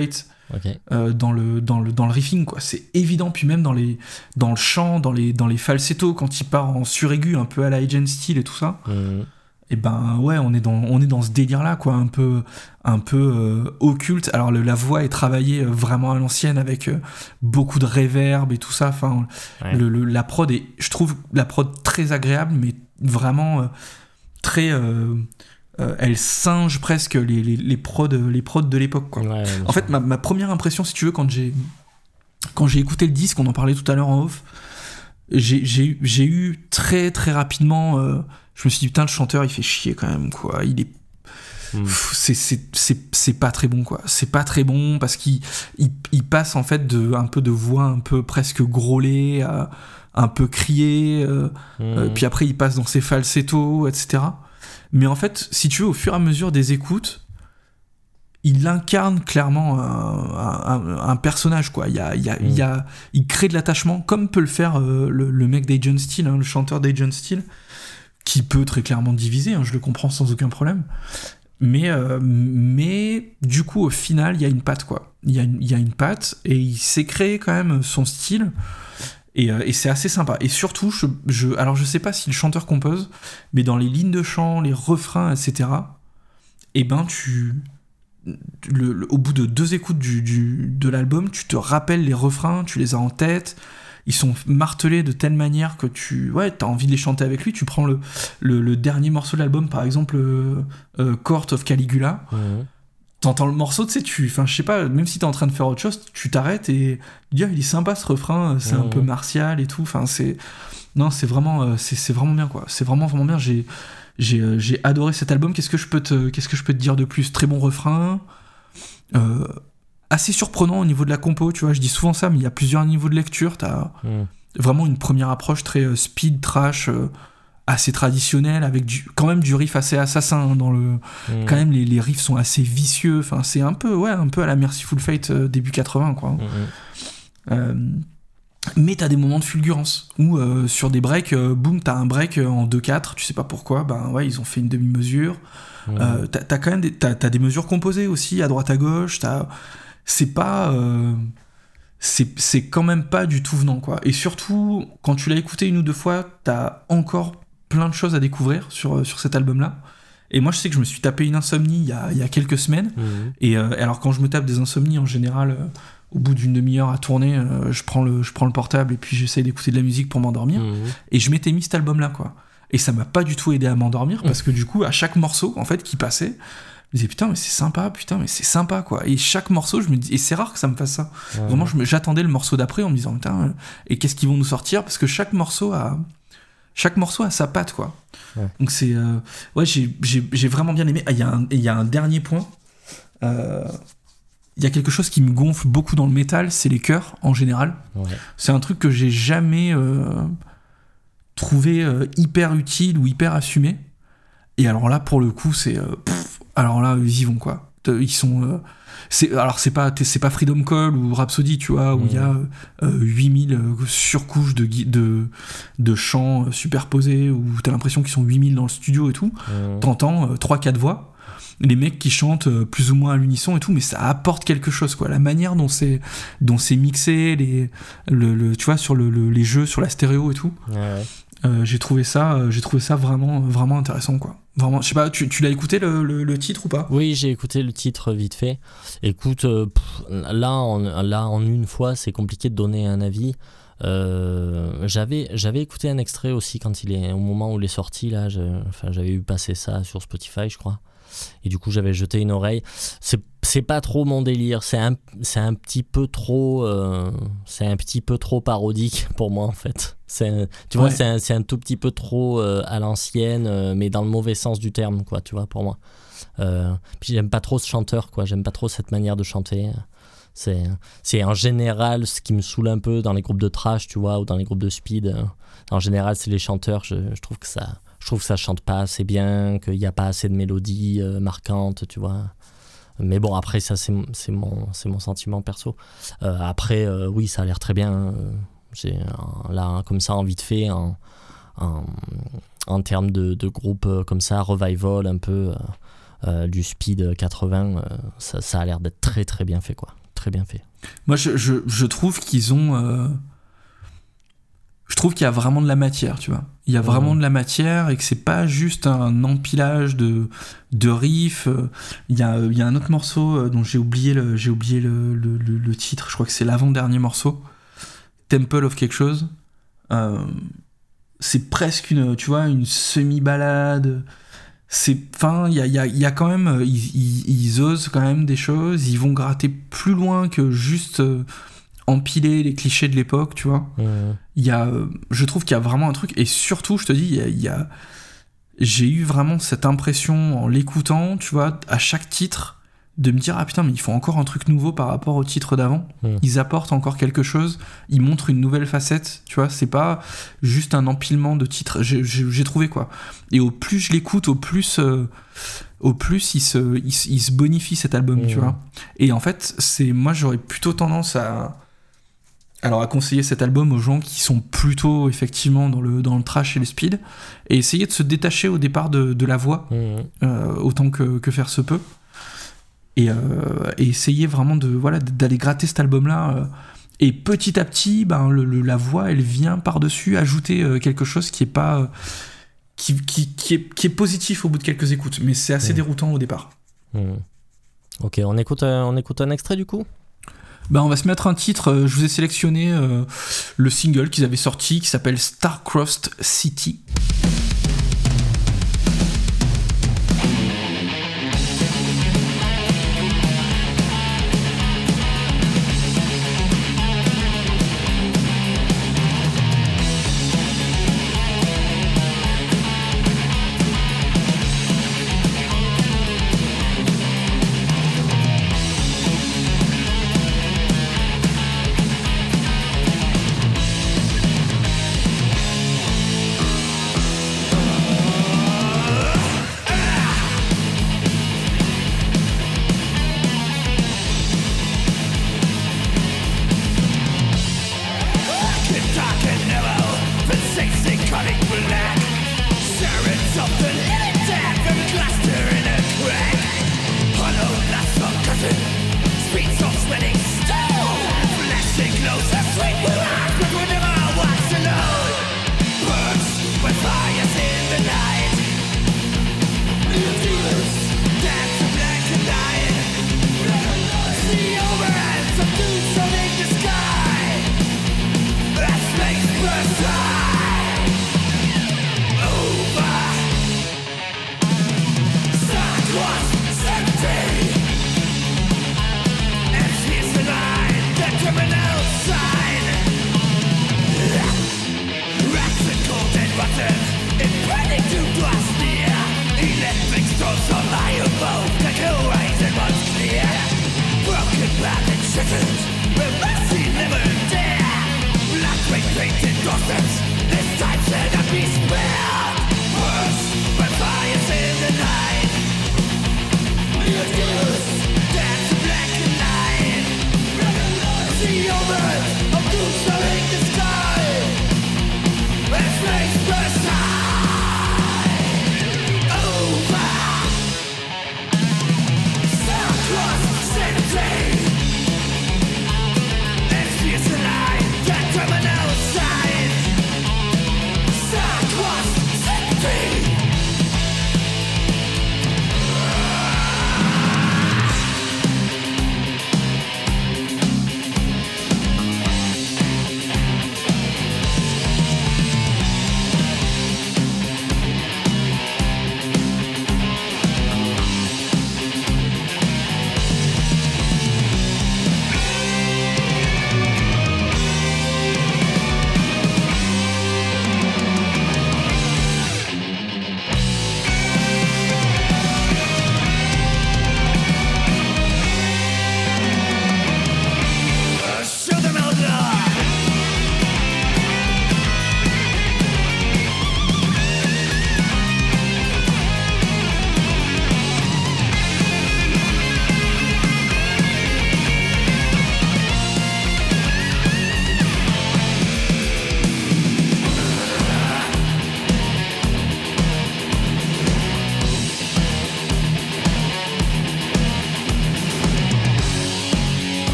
Ok. dans le riffing, quoi. C'est évident. Puis même dans le chant, dans les falsettos, quand il part en suraigu, un peu à la Agent Steel et tout ça. Et ben ouais, on est dans ce délire là, quoi, un peu occulte. Alors la voix est travaillée vraiment à l'ancienne avec beaucoup de reverb et tout ça. Enfin, Ouais. la prod est, je trouve la prod très agréable, mais vraiment très elle singe presque les prods de l'époque, quoi. Ouais, En fait, ma première impression, si tu veux, quand j'ai écouté le disque, on en parlait tout à l'heure en off, j'ai eu très très rapidement, je me suis dit putain, le chanteur il fait chier quand même, quoi. Il est c'est pas très bon, quoi. C'est pas très bon parce qu'il passe en fait un peu de voix un peu presque grôlée à un peu criée, puis après il passe dans ses falsettos, etc. Mais en fait, si tu veux, au fur et à mesure des écoutes, il incarne clairement un personnage, quoi. Il crée de l'attachement, comme peut le faire le mec d'Agent Steel, hein, le chanteur d'Agent Steel, qui peut très clairement diviser, hein, je le comprends sans aucun problème. Mais du coup, au final, il y a une patte, quoi. Il y a une patte, et il s'est créé quand même son style, et c'est assez sympa. Et surtout, alors je sais pas si le chanteur compose, mais dans les lignes de chant, les refrains, etc., et ben au bout de 2 écoutes de l'album, tu te rappelles les refrains, tu les as en tête, ils sont martelés de telle manière que t'as envie de les chanter avec lui. Tu prends le dernier morceau de l'album, par exemple, Court of Caligula, t'entends le morceau, tu sais, je sais pas, même si t'es en train de faire autre chose, tu t'arrêtes et tu dis, il est sympa ce refrain, c'est un peu martial et tout, enfin, c'est vraiment bien, quoi. C'est vraiment vraiment bien. J'ai adoré cet album. Qu'est-ce que je peux te dire de plus? Très bon refrain, assez surprenant au niveau de la compo, tu vois. Je dis souvent ça, mais il y a plusieurs niveaux de lecture. T'as vraiment une première approche très speed trash, assez traditionnelle, avec quand même du riff assez assassin, hein, quand même les riffs sont assez vicieux. Enfin, c'est un peu à la Mercyful Fate début 80, quoi. Mais t'as des moments de fulgurance où sur des breaks, boum, t'as un break en 2/4, tu sais pas pourquoi, ben ouais, ils ont fait une demi-mesure. T'as quand même t'as des mesures composées aussi à droite à gauche. C'est quand même pas du tout venant, quoi. Et surtout, quand tu l'as écouté 1 ou 2 fois, t'as encore plein de choses à découvrir sur cet album-là. Et moi, je sais que je me suis tapé une insomnie il y a quelques semaines. Et alors, quand je me tape des insomnies, en général, au bout d'une demi-heure à tourner, je prends le portable et puis j'essaye d'écouter de la musique pour m'endormir. Et je m'étais mis cet album-là, quoi. Et ça m'a pas du tout aidé à m'endormir parce que du coup, à chaque morceau, en fait, qui passait, je me disais putain mais c'est sympa, quoi. Et chaque morceau, je me dis, et c'est rare que ça me fasse ça. Vraiment, j'attendais le morceau d'après en me disant putain, et qu'est-ce qu'ils vont nous sortir, parce que chaque morceau a sa patte, quoi. Donc c'est j'ai vraiment bien aimé. Il y a un dernier point. Il y a quelque chose qui me gonfle beaucoup dans le métal, c'est les chœurs en général. C'est un truc que j'ai jamais trouvé hyper utile ou hyper assumé. Et alors là, pour le coup, alors là, ils y vont, quoi. Ils sont c'est pas Freedom Call ou Rhapsody, tu vois, où il y a 8000 surcouches de chants superposés, où t'as l'impression qu'ils sont 8000 dans le studio et tout. T'entends 3-4 voix, les mecs qui chantent plus ou moins à l'unisson et tout, mais ça apporte quelque chose, quoi. La manière dont c'est mixé, tu vois, sur les jeux, sur la stéréo et tout. J'ai trouvé ça vraiment vraiment intéressant, quoi. Vraiment, je sais pas, tu l'as écouté le titre ou pas? Oui, j'ai écouté le titre vite fait. Écoute, là en une fois, c'est compliqué de donner un avis. J'avais écouté un extrait aussi au moment où il est sorti, là. J'avais vu passer ça sur Spotify, je crois. Et du coup, j'avais jeté une oreille. C'est pas trop mon délire. C'est un petit peu trop parodique pour moi, en fait. Tu vois, c'est un tout petit peu trop à l'ancienne, mais dans le mauvais sens du terme, quoi, tu vois, pour moi. Puis j'aime pas trop ce chanteur, quoi. J'aime pas trop cette manière de chanter. C'est en général ce qui me saoule un peu dans les groupes de thrash, tu vois, ou dans les groupes de speed. En général, c'est les chanteurs. Je trouve que ça chante pas assez bien, qu'il n'y a pas assez de mélodies marquantes, tu vois. Mais bon, après, ça, c'est mon sentiment perso. Après, oui, ça a l'air très bien. Là, comme ça, en vite fait, en termes de groupe comme ça, revival, un peu du speed 80, ça a l'air d'être très, très bien fait, quoi. très bien fait. Moi, je trouve qu'ils ont... je trouve qu'il y a vraiment de la matière, tu vois. Il y a vraiment de la matière et que c'est pas juste un empilage de riffs. Il y a un autre morceau dont j'ai oublié le titre. Je crois que c'est l'avant-dernier morceau. Temple of quelque chose. C'est presque une semi-balade. Il y a quand même... Ils osent quand même des choses. Ils vont gratter plus loin que juste... empiler les clichés de l'époque, tu vois. Je trouve qu'il y a vraiment un truc, et surtout, je te dis, j'ai eu vraiment cette impression en l'écoutant, tu vois, à chaque titre, de me dire, ah putain, mais ils font encore un truc nouveau par rapport au titre d'avant. Ils apportent encore quelque chose, ils montrent une nouvelle facette, tu vois, c'est pas juste un empilement de titres. J'ai trouvé, quoi. Et au plus je l'écoute, au plus il se bonifie cet album, tu vois. Et en fait, moi, j'aurais plutôt tendance à conseiller cet album aux gens qui sont plutôt effectivement dans le trash et le speed, et essayer de se détacher au départ de la voix, autant que faire se peut, et essayer vraiment d'aller gratter cet album-là, et petit à petit, la voix, elle vient par-dessus ajouter quelque chose qui est pas... qui est positif au bout de quelques écoutes, mais c'est assez déroutant au départ. Ok, on écoute un extrait du coup. On va se mettre un titre, je vous ai sélectionné le single qu'ils avaient sorti qui s'appelle Star-Crossed City.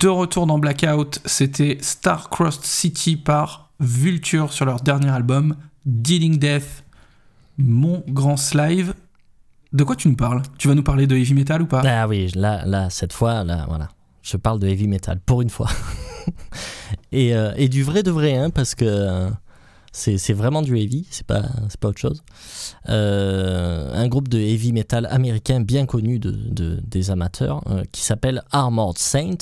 De retour dans Blackout, c'était Star-Crossed City par Vulture sur leur dernier album, Dealing Death. Mon grand Slive. De quoi tu nous parles ? Tu vas nous parler de heavy metal ou pas ? Ah oui, là, cette fois, là, voilà. Je parle de heavy metal, pour une fois. et du vrai de vrai, hein, parce que c'est vraiment du heavy, c'est pas autre chose. Un groupe de heavy metal américain bien connu des amateurs, qui s'appelle Armored Saint.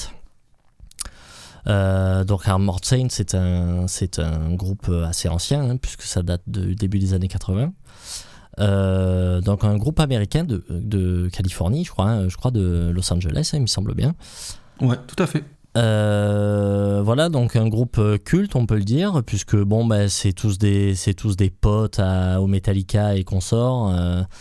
Donc Armored Saint, c'est un groupe assez ancien, hein, puisque ça date du début des années 80. Donc un groupe américain de Californie, je crois de Los Angeles, hein, il me semble bien. Ouais, tout à fait. Voilà, donc un groupe culte, on peut le dire, puisque bon, c'est tous des potes au Metallica et consorts.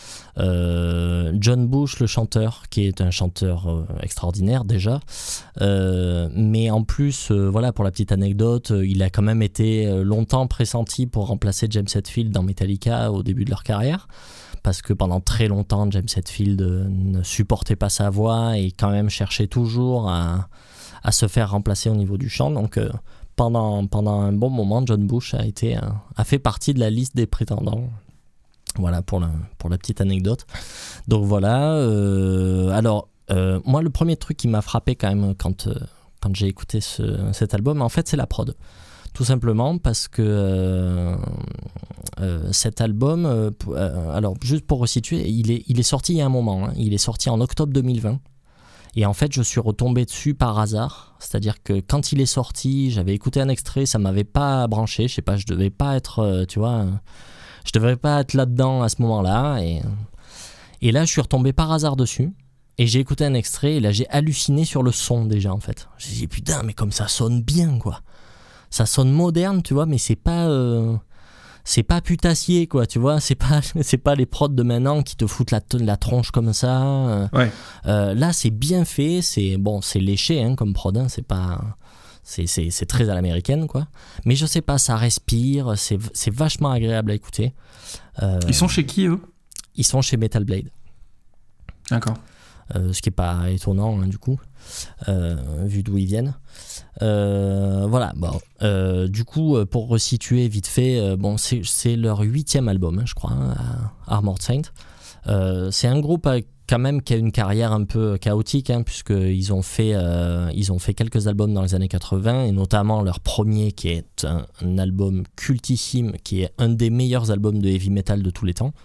John Bush, le chanteur, qui est un chanteur extraordinaire déjà, mais en plus, voilà, pour la petite anecdote, il a quand même été longtemps pressenti pour remplacer James Hetfield dans Metallica au début de leur carrière, parce que pendant très longtemps, James Hetfield ne supportait pas sa voix et quand même cherchait toujours à se faire remplacer au niveau du chant. Donc pendant un bon moment, John Bush a fait partie de la liste des prétendants. Voilà pour la petite anecdote. Donc voilà. Alors moi, le premier truc qui m'a frappé quand même quand j'ai écouté cet album, en fait, c'est la prod. Tout simplement parce que cet album, alors juste pour resituer, il est sorti il y a un moment, hein. Il est sorti en octobre 2020. Et en fait, je suis retombé dessus par hasard. C'est-à-dire que quand il est sorti, j'avais écouté un extrait, ça m'avait pas branché. Je sais pas, je devais pas être, je devais pas être là-dedans à ce moment-là. Et là, je suis retombé par hasard dessus. Et j'ai écouté un extrait et là, j'ai halluciné sur le son déjà, en fait. J'ai dit, putain, mais comme ça sonne bien, quoi. Ça sonne moderne, tu vois, mais c'est pas putassier, quoi, tu vois, c'est pas les prods de maintenant qui te foutent la tronche comme ça. Ouais. Là, c'est bien fait, c'est léché, hein, comme prod, hein, c'est très à l'américaine, quoi. Mais je sais pas, ça respire, c'est vachement agréable à écouter. Ils sont chez qui, eux ? Ils sont chez Metal Blade. D'accord. Ce qui est pas étonnant, hein, du coup, vu d'où ils viennent. Voilà, bon, du coup, pour resituer vite fait, bon, c'est leur 8e album, hein, je crois, hein, Armored Saint. C'est un groupe quand même qui a une carrière un peu chaotique, hein, puisqu'ils ont fait quelques albums dans les années 80, et notamment leur premier, qui est un album cultissime, qui est un des meilleurs albums de heavy metal de tous les temps.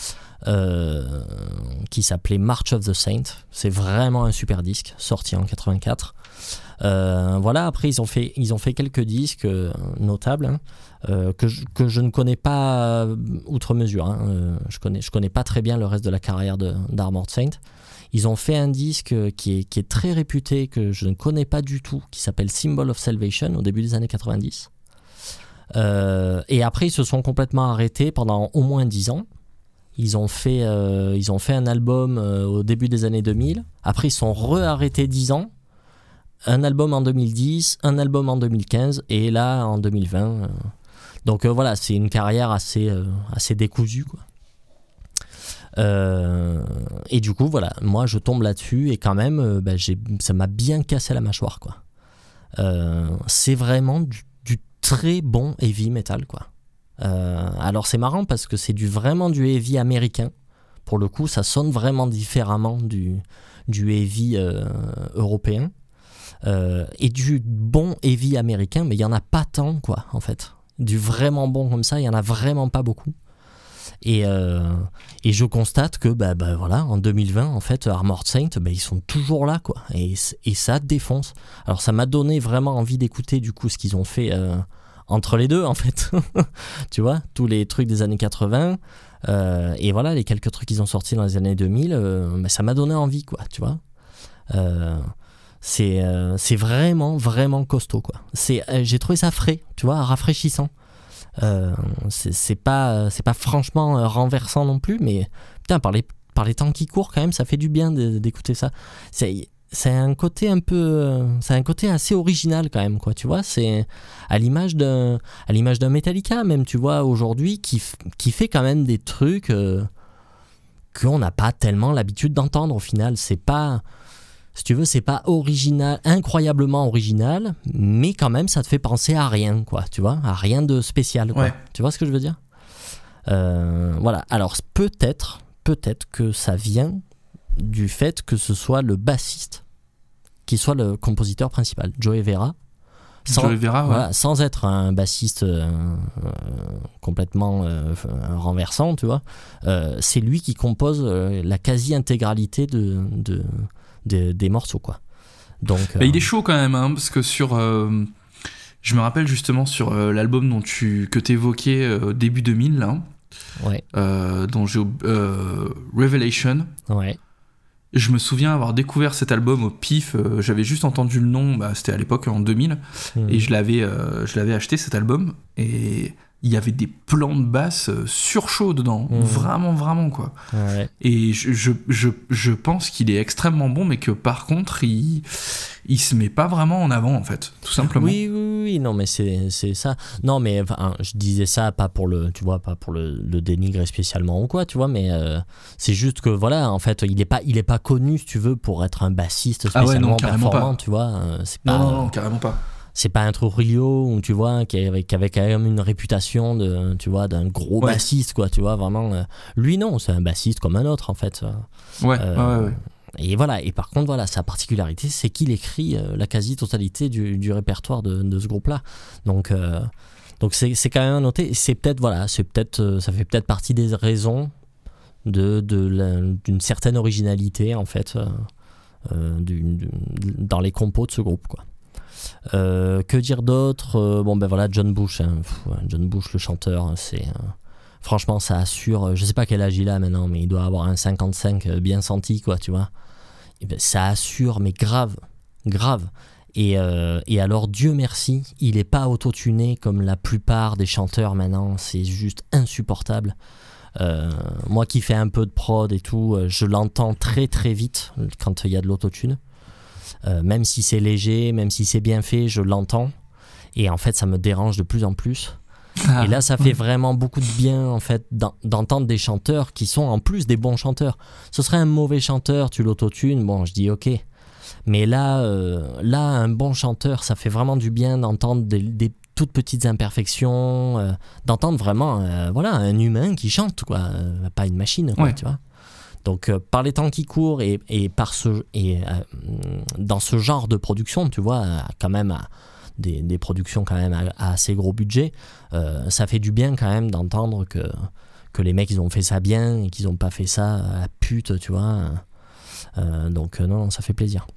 Qui s'appelait March of the Saint. C'est vraiment un super disque, sorti en 84. Voilà, après ils ont fait quelques disques notables, hein, que je ne connais pas outre mesure, hein. Je connais pas très bien le reste de la carrière d'Armored Saint. Ils ont fait un disque qui est très réputé, que je ne connais pas du tout, qui s'appelle Symbol of Salvation, au début des années 90. Et après ils se sont complètement arrêtés pendant au moins 10 ans. Ils ont fait un album au début des années 2000. Après, ils sont re-arrêtés 10 ans. Un album en 2010, un album en 2015, et là, en 2020. Donc voilà, c'est une carrière assez décousue, quoi. Et du coup, voilà, moi, je tombe là-dessus, et quand même, ça m'a bien cassé la mâchoire, quoi. C'est vraiment du très bon heavy metal, quoi. Alors c'est marrant parce que c'est vraiment du heavy américain. Pour le coup, ça sonne vraiment différemment du heavy européen, et du bon heavy américain, mais il y en a pas tant, quoi, en fait. Du vraiment bon comme ça, il y en a vraiment pas beaucoup. Et je constate que voilà, en 2020, en fait, Armored Saint, ils sont toujours là, quoi. Et ça défonce. Alors ça m'a donné vraiment envie d'écouter du coup ce qu'ils ont fait. Entre les deux, en fait. Tu vois, tous les trucs des années 80, et voilà, les quelques trucs qu'ils ont sortis dans les années 2000, ça m'a donné envie, quoi, tu vois. C'est vraiment, vraiment costaud, quoi. J'ai trouvé ça frais, tu vois, rafraîchissant. C'est pas franchement renversant non plus, mais putain, par les temps qui courent, quand même, ça fait du bien d'écouter ça. C'est un côté assez original quand même, quoi, tu vois. C'est à l'image d'un Metallica même, tu vois, aujourd'hui, qui fait quand même des trucs qu'on n'a pas tellement l'habitude d'entendre au final. C'est pas si tu veux, c'est pas original, incroyablement original, mais quand même, ça te fait penser à rien, quoi, tu vois, à rien de spécial, quoi. Ouais. Tu vois ce que je veux dire ? Voilà. Alors, peut-être que ça vient du fait que ce soit le bassiste qui soit le compositeur principal, Joey Vera. Joey Vera, ouais. Voilà, sans être un bassiste complètement renversant, tu vois. C'est lui qui compose la quasi-intégralité des morceaux, quoi. Donc, il est chaud quand même, hein, parce que je me rappelle justement sur l'album que tu évoquais début 2000, là, ouais. dont j'ai Revelation. Ouais. Je me souviens avoir découvert cet album au pif, j'avais juste entendu le nom, c'était à l'époque en 2000, et je l'avais acheté cet album, et il y avait des plans de basse surchauds dedans, vraiment quoi. Ouais. Et je pense qu'il est extrêmement bon, mais que par contre il se met pas vraiment en avant en fait, tout simplement. Oui, non mais c'est ça. Non mais enfin, je disais ça pas pour le dénigrer spécialement ou quoi, tu vois, mais c'est juste que voilà, en fait, il est pas connu, si tu veux, pour être un bassiste spécialement performant, pas. Tu vois, c'est pas non, carrément pas. C'est pas un Trujillo où tu vois qui avait quand même une réputation d'un gros bassiste, quoi, tu vois, vraiment. Lui non, c'est un bassiste comme un autre en fait. Ouais. Et voilà, et par contre voilà, sa particularité, c'est qu'il écrit la quasi-totalité du répertoire de ce groupe-là. Donc c'est quand même à noter. Ça fait peut-être partie des raisons d'une certaine originalité en fait dans les compos de ce groupe, quoi. Que dire d'autre ? John Bush, John Bush le chanteur, franchement ça assure, je sais pas quel âge il a maintenant, mais il doit avoir un 55 bien senti, quoi, tu vois. Et ben, ça assure, mais grave. Et alors Dieu merci, il est pas autotuné comme la plupart des chanteurs maintenant, c'est juste insupportable. Moi qui fais un peu de prod et tout, je l'entends très très vite quand il y a de l'autotune. Même si c'est léger, même si c'est bien fait, je l'entends. Et en fait, ça me dérange de plus en plus. Et là, ça fait vraiment beaucoup de bien, en fait, d'entendre des chanteurs qui sont en plus des bons chanteurs. Ce serait un mauvais chanteur, tu l'autotunes, bon, je dis ok. Mais là, un bon chanteur, ça fait vraiment du bien d'entendre des toutes petites imperfections, d'entendre vraiment un humain qui chante, quoi, pas une machine, quoi, tu vois. Donc par les temps qui courent et dans ce genre de production, tu vois, quand même des productions quand même à assez gros budget, ça fait du bien quand même d'entendre que les mecs ils ont fait ça bien et qu'ils n'ont pas fait ça à la pute, tu vois. Donc non, ça fait plaisir.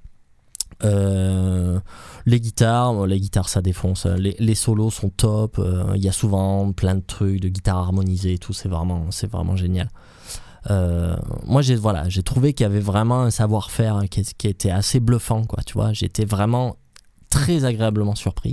Les guitares ça défonce, les solos sont top, il y a souvent plein de trucs de guitare harmonisée et tout, c'est vraiment génial. Moi j'ai trouvé qu'il y avait vraiment un savoir-faire qui était assez bluffant, quoi, tu vois. J'étais vraiment très agréablement surpris.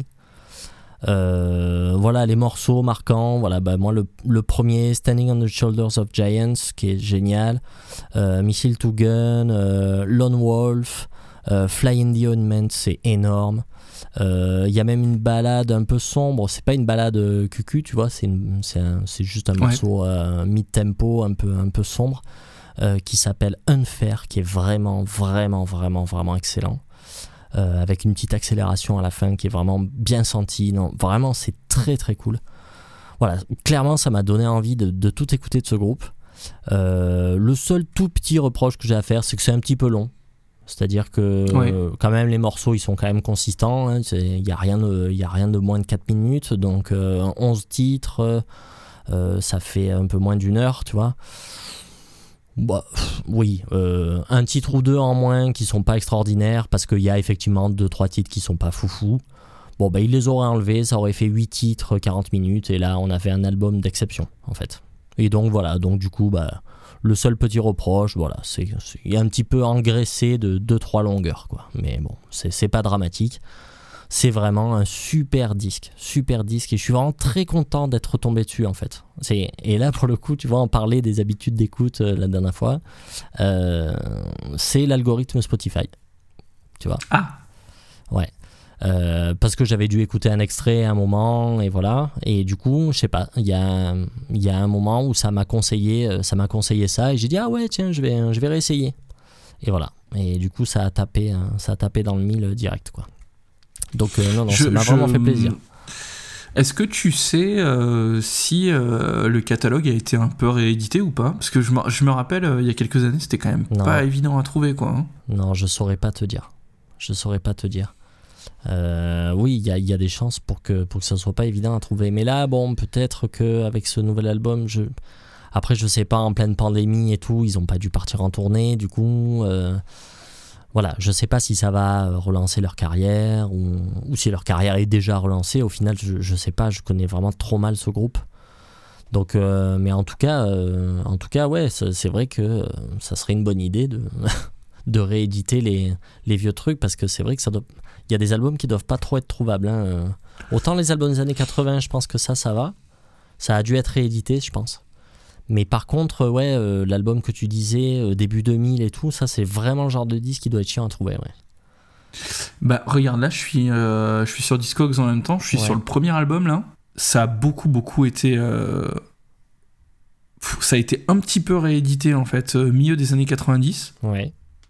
Les morceaux marquants, moi le premier, Standing on the Shoulders of Giants, qui est génial, Missile to Gun, Lone Wolf, Fly in the Ointment, c'est énorme. Il y a même une balade un peu sombre, c'est pas une balade cucu, tu vois, c'est juste un morceau mid-tempo un peu sombre, qui s'appelle Unfair, qui est vraiment excellent, avec une petite accélération à la fin qui est vraiment bien sentie. Non, vraiment c'est très très cool. Voilà, clairement ça m'a donné envie de tout écouter de ce groupe. Le seul tout petit reproche que j'ai à faire, c'est que c'est un petit peu long. C'est-à-dire que quand même les morceaux ils sont quand même consistants, hein, il n'y a rien de moins de 4 minutes, donc 11 titres, ça fait un peu moins d'une heure, tu vois. Un titre ou deux en moins qui sont pas extraordinaires, parce qu'il y a effectivement 2-3 titres qui sont pas foufou. Il les aurait enlevés, ça aurait fait 8 titres, 40 minutes, et là on a fait un album d'exception en fait. Et donc voilà, du coup le seul petit reproche, il est un petit peu engraissé de 2-3 longueurs, quoi. Mais bon, c'est pas dramatique. C'est vraiment un super disque, et je suis vraiment très content d'être tombé dessus, en fait. Et là, pour le coup, tu vois, on parlait des habitudes d'écoute la dernière fois. C'est l'algorithme Spotify, tu vois. Ah. Ouais. Parce que j'avais dû écouter un extrait à un moment, et voilà, et du coup je sais pas, il y a un moment où ça m'a conseillé ça, et j'ai dit ah ouais tiens je vais réessayer, et voilà, Et du coup, ça a tapé dans le mille direct, quoi. Donc, non, ça m'a vraiment fait plaisir. Est-ce que tu sais si le catalogue a été un peu réédité ou pas ? Parce que je me rappelle, il y a quelques années, c'était quand même pas évident à trouver, quoi. Hein. Non, je saurais pas te dire. Oui, il y a des chances pour que ça soit pas évident à trouver. Mais là, bon, peut-être qu'avec ce nouvel album, après, je sais pas, en pleine pandémie et tout, ils ont pas dû partir en tournée, du coup... Voilà, je sais pas si ça va relancer leur carrière ou si leur carrière est déjà relancée. Au final, je sais pas, je connais vraiment trop mal ce groupe. Donc, mais en tout cas, ouais, c'est vrai que ça serait une bonne idée de rééditer les vieux trucs, parce que c'est vrai que il y a des albums qui doivent pas trop être trouvables. Hein. Autant les albums des années 80, je pense que ça va. Ça a dû être réédité, je pense. Mais par contre, ouais, l'album que tu disais, début 2000 et tout, ça c'est vraiment le genre de disque qui doit être chiant à trouver, ouais. Bah regarde, là je suis sur Discogs en même temps, je suis sur le premier album là. Ça a beaucoup été... Ça a été un petit peu réédité en fait, milieu des années 90. Ouais.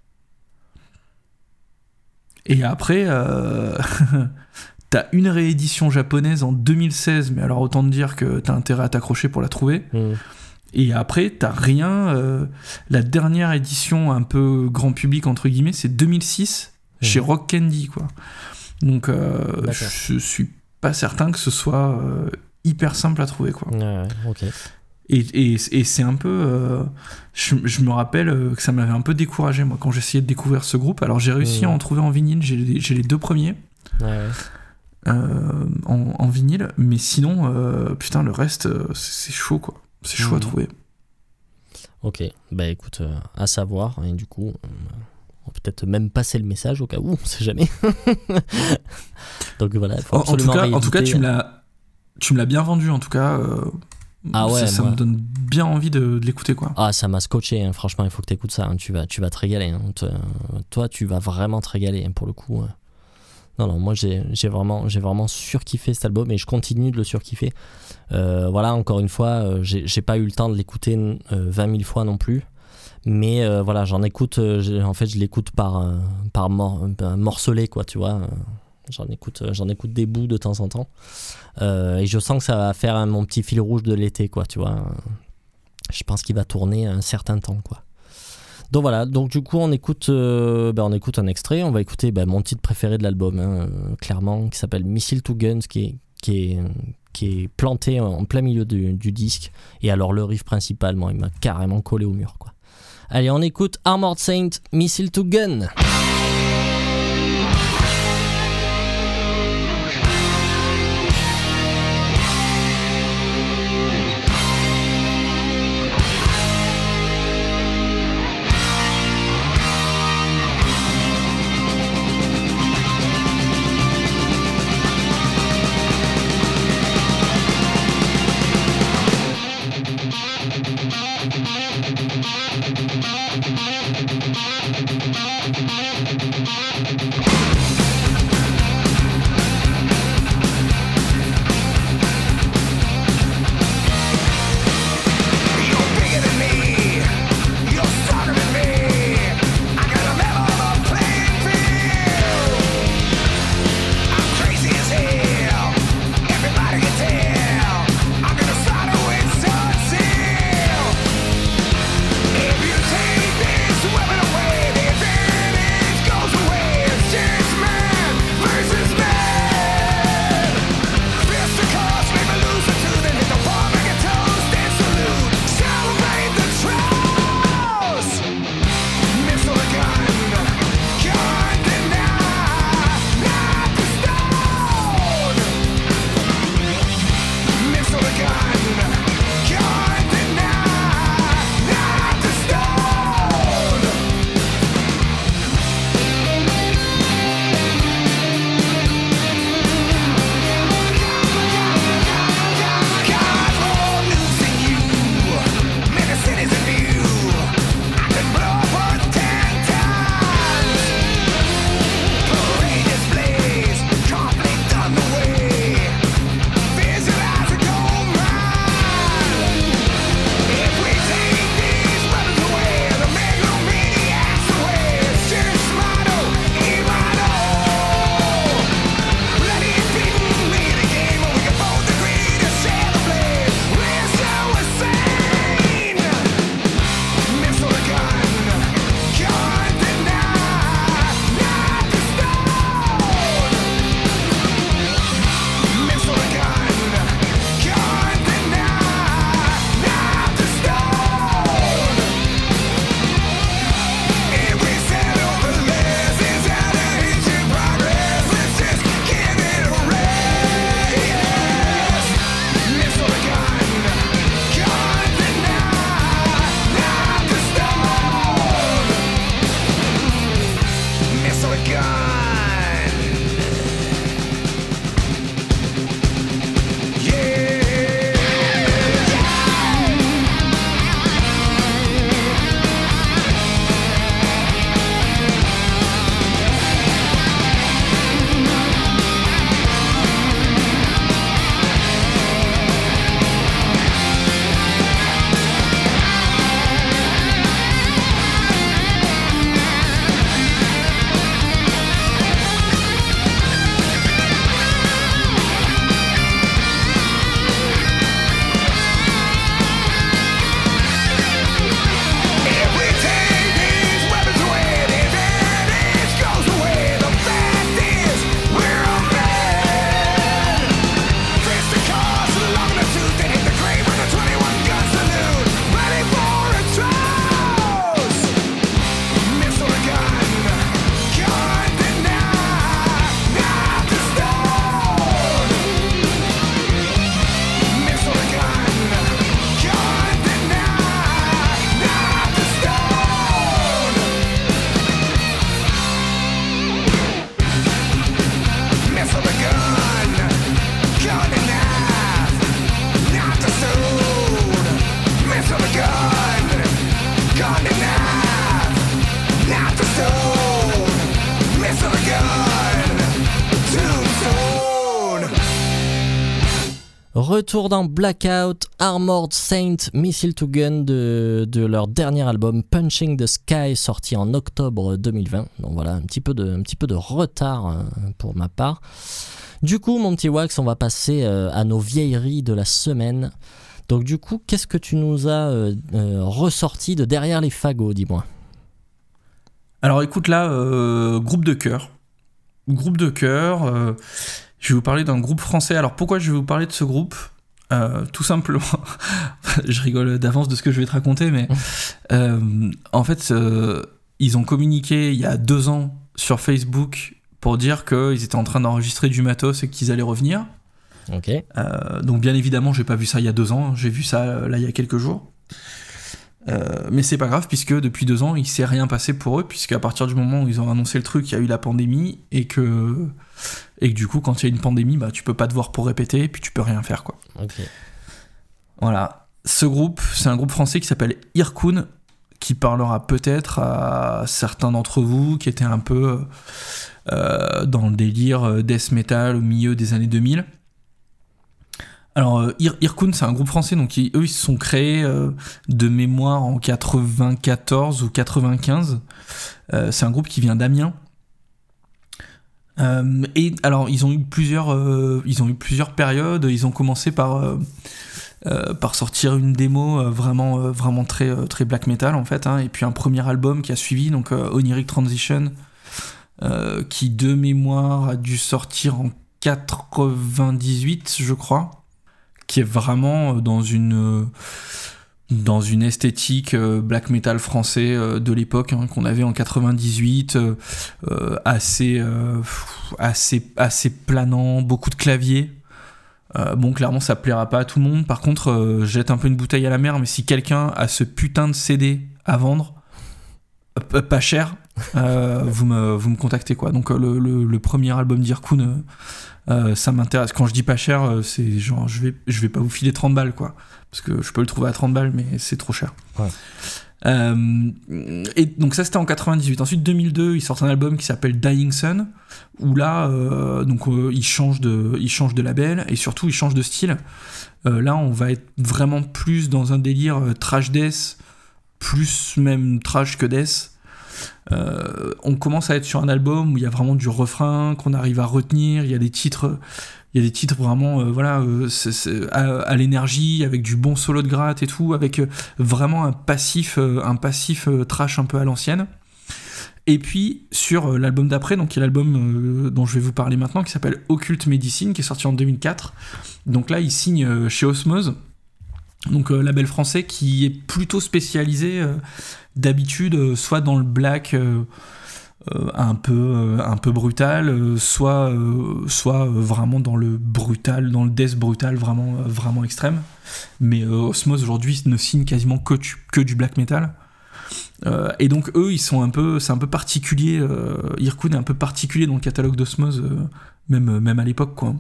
Et après, t'as une réédition japonaise en 2016, mais alors autant te dire que t'as intérêt à t'accrocher pour la trouver. Et après, t'as rien. La dernière édition un peu grand public, entre guillemets, c'est 2006 chez Rock Candy, quoi. Donc, je suis pas certain que ce soit hyper simple à trouver, quoi. Ouais, ok. Et c'est un peu... je me rappelle que ça m'avait un peu découragé, moi, quand j'essayais de découvrir ce groupe. Alors, j'ai réussi à en trouver en vinyle. J'ai les deux premiers. Ouais. En vinyle. Mais sinon, putain, le reste, c'est chaud, quoi. C'est chaud à trouver. Ok, bah écoute, à savoir, et du coup, on va peut-être même passer le message au cas où, on sait jamais. Donc voilà, faut en tout cas, tu me l'as bien vendu, en tout cas. Ça me donne bien envie de l'écouter, quoi. Ah, ça m'a scotché, hein. Franchement, il faut que t'écoutes ça, hein. Tu vas te régaler. Hein. Toi, tu vas vraiment te régaler, hein, pour le coup. Non, moi j'ai vraiment surkiffé cet album et je continue de le surkiffer. Voilà, encore une fois, j'ai pas eu le temps de l'écouter 20 000 fois non plus. Mais voilà, j'en écoute, en fait je l'écoute par morcelé, quoi, tu vois. J'en écoute des bouts de temps en temps. Et je sens que ça va faire mon petit fil rouge de l'été, quoi, tu vois. Je pense qu'il va tourner un certain temps, quoi. Donc voilà, donc du coup on écoute un extrait, on va écouter mon titre préféré de l'album, hein, clairement, qui s'appelle Missile to Guns, qui est planté en plein milieu du disque. Et alors le riff principal, moi, il m'a carrément collé au mur, quoi. Allez, on écoute Armored Saint, Missile to Gun. Retour dans Blackout, Armored Saint, Missile to Gun de leur dernier album Punching the Sky, sorti en octobre 2020. Donc voilà, un petit peu de retard pour ma part. Du coup, mon petit Wax, on va passer à nos vieilleries de la semaine. Donc du coup, qu'est-ce que tu nous as ressorti de derrière les fagots, dis-moi. Alors écoute là, groupe de cœur. Je vais vous parler d'un groupe français. Alors pourquoi je vais vous parler de ce groupe ? Tout simplement, je rigole d'avance de ce que je vais te raconter, mais en fait, ils ont communiqué il y a 2 ans sur Facebook pour dire qu'ils étaient en train d'enregistrer du matos et qu'ils allaient revenir. Ok. Donc bien évidemment, j'ai pas vu ça il y a 2 ans, j'ai vu ça là il y a quelques jours. Mais c'est pas grave, puisque depuis 2 ans il s'est rien passé pour eux, puisqu'à partir du moment où ils ont annoncé le truc, il y a eu la pandémie, et que du coup quand il y a une pandémie, bah tu peux pas te voir pour répéter, et puis tu peux rien faire, quoi. Ok. Voilà. Ce groupe, c'est un groupe français qui s'appelle Irkoun, qui parlera peut-être à certains d'entre vous qui étaient un peu dans le délire death metal au milieu des années 2000. Alors, Irkoun, c'est un groupe français, donc eux, ils se sont créés de mémoire en 94 ou 95. C'est un groupe qui vient d'Amiens. Et alors, ils ont eu plusieurs périodes. Ils ont commencé par sortir une démo vraiment très, très black metal, en fait, hein, et puis un premier album qui a suivi, donc Oniric Transition, qui de mémoire a dû sortir en 98, je crois, qui est vraiment dans une esthétique black metal français de l'époque, hein, qu'on avait en 98, assez planant, beaucoup de claviers. Bon, clairement ça plaira pas à tout le monde. Par contre, je jette un peu une bouteille à la mer, mais si quelqu'un a ce putain de CD à vendre pas cher, vous me contactez, quoi. Donc le premier album d'Irkoun, ça m'intéresse. Quand je dis pas cher, c'est genre je vais pas vous filer 30 balles, quoi, parce que je peux le trouver à 30 balles, mais c'est trop cher. Ouais. Et donc ça, c'était en 98. Ensuite, 2002, ils sortent un album qui s'appelle Dying Sun, où là ils changent de label, et surtout ils changent de style. Là, on va être vraiment plus dans un délire trash death, plus même trash que death. On commence à être sur un album où il y a vraiment du refrain qu'on arrive à retenir. Il y a des titres vraiment à l'énergie, avec du bon solo de gratte et tout, avec vraiment un passif trash un peu à l'ancienne. Et puis sur l'album d'après, donc qui est l'album dont je vais vous parler maintenant, qui s'appelle Occult Medicine, qui est sorti en 2004. Donc là, il signe chez Osmose, donc label français qui est plutôt spécialisé d'habitude soit dans le black un peu brutal, soit vraiment dans le brutal, dans le death brutal vraiment extrême. Mais Osmose aujourd'hui ne signe quasiment que du black metal. Et donc eux, c'est un peu particulier. Irkoun est un peu particulier dans le catalogue d'Osmose, même à l'époque, quoi.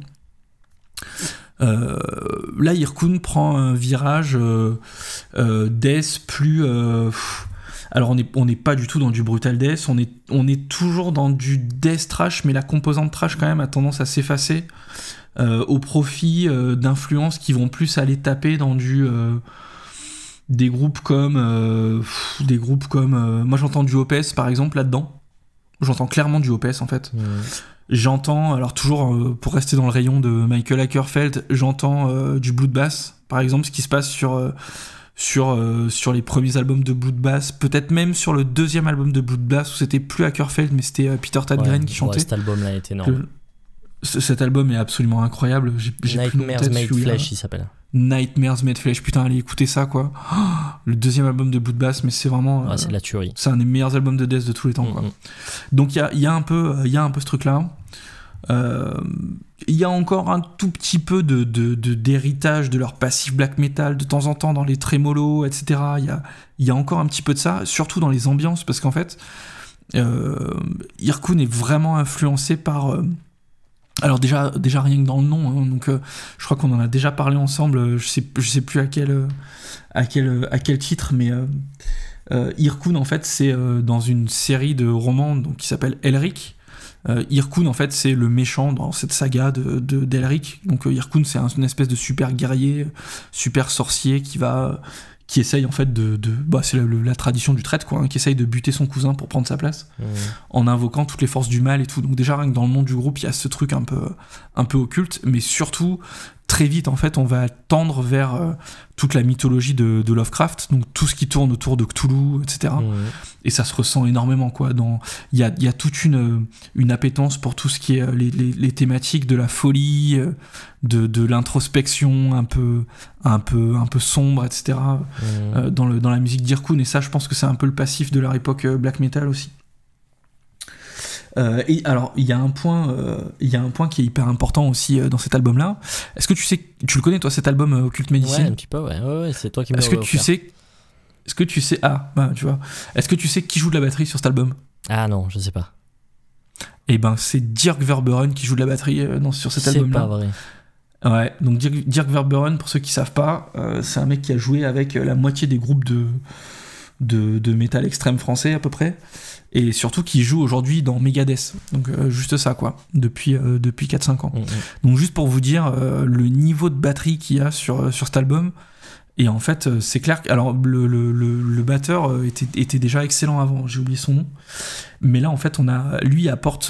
Là, Irkoun prend un virage death plus. Alors on n'est pas du tout dans du brutal death, on est toujours dans du death trash, mais la composante trash quand même a tendance à s'effacer au profit d'influences qui vont plus aller taper dans des groupes comme moi j'entends du Opeth par exemple là-dedans. J'entends clairement du Opeth, en fait. J'entends, alors toujours pour rester dans le rayon de Michael Åkerfeldt, j'entends du Bloodbath par exemple, ce qui se passe sur les premiers albums de Bloodbath, peut-être même sur le deuxième album de Bloodbath, où c'était plus Åkerfeldt mais c'était Peter Tägtgren qui chantait. Cet album-là est énorme. Cet album est absolument incroyable. J'ai Nightmares Made Flesh, il s'appelle. Nightmares Made Flesh, putain, allez écouter ça, quoi. Oh, le deuxième album de Bloodbath, mais c'est vraiment c'est de la tuerie. C'est un des meilleurs albums de death de tous les temps, quoi. Donc il y a un peu ce truc là. Il y a encore un tout petit peu d'héritage de leur passif black metal de temps en temps dans les trémolos, etc. Il y a encore un petit peu de ça, surtout dans les ambiances, parce qu'en fait Irkoun est vraiment influencé par alors déjà rien que dans le nom, hein, donc je crois qu'on en a déjà parlé ensemble, je sais plus à quel titre, mais Irkoun en fait c'est dans une série de romans donc, qui s'appelle Elric, Irkun en fait c'est le méchant dans cette saga d'Elric. Donc Irkun c'est une espèce de super guerrier, super sorcier qui essaye en fait c'est la tradition du traître quoi, hein, qui essaye de buter son cousin pour prendre sa place, en invoquant toutes les forces du mal et tout. Donc déjà rien que dans le monde du groupe il y a ce truc un peu occulte, mais surtout très vite en fait on va tendre vers toute la mythologie de Lovecraft, donc tout ce qui tourne autour de Cthulhu, etc. Et ça se ressent énormément quoi. Il y a toute une appétence pour tout ce qui est les thématiques de la folie, de l'introspection un peu sombre, etc. Dans la musique d'Irkun, et ça je pense que c'est un peu le passif de leur époque black metal aussi. Et alors il y a un point qui est hyper important aussi dans cet album là. Est-ce que tu le connais toi cet album Occult Medicine? Ouais, un petit peu, ouais, c'est toi qui me l'as offert. Est-ce que tu sais tu vois, est-ce que tu sais qui joue de la batterie sur cet album? Ah non, je sais pas. Eh ben c'est Dirk Verbeuren qui joue de la batterie sur cet album là. C'est pas vrai. Ouais, donc Dirk Verbeuren, pour ceux qui savent pas, c'est un mec qui a joué avec la moitié des groupes de métal extrême français à peu près, et surtout qui joue aujourd'hui dans Megadeth, donc juste ça quoi, depuis 4-5 ans. Donc juste pour vous dire le niveau de batterie qu'il y a sur cet album, et en fait c'est clair que alors le batteur était déjà excellent avant, j'ai oublié son nom, mais là en fait lui apporte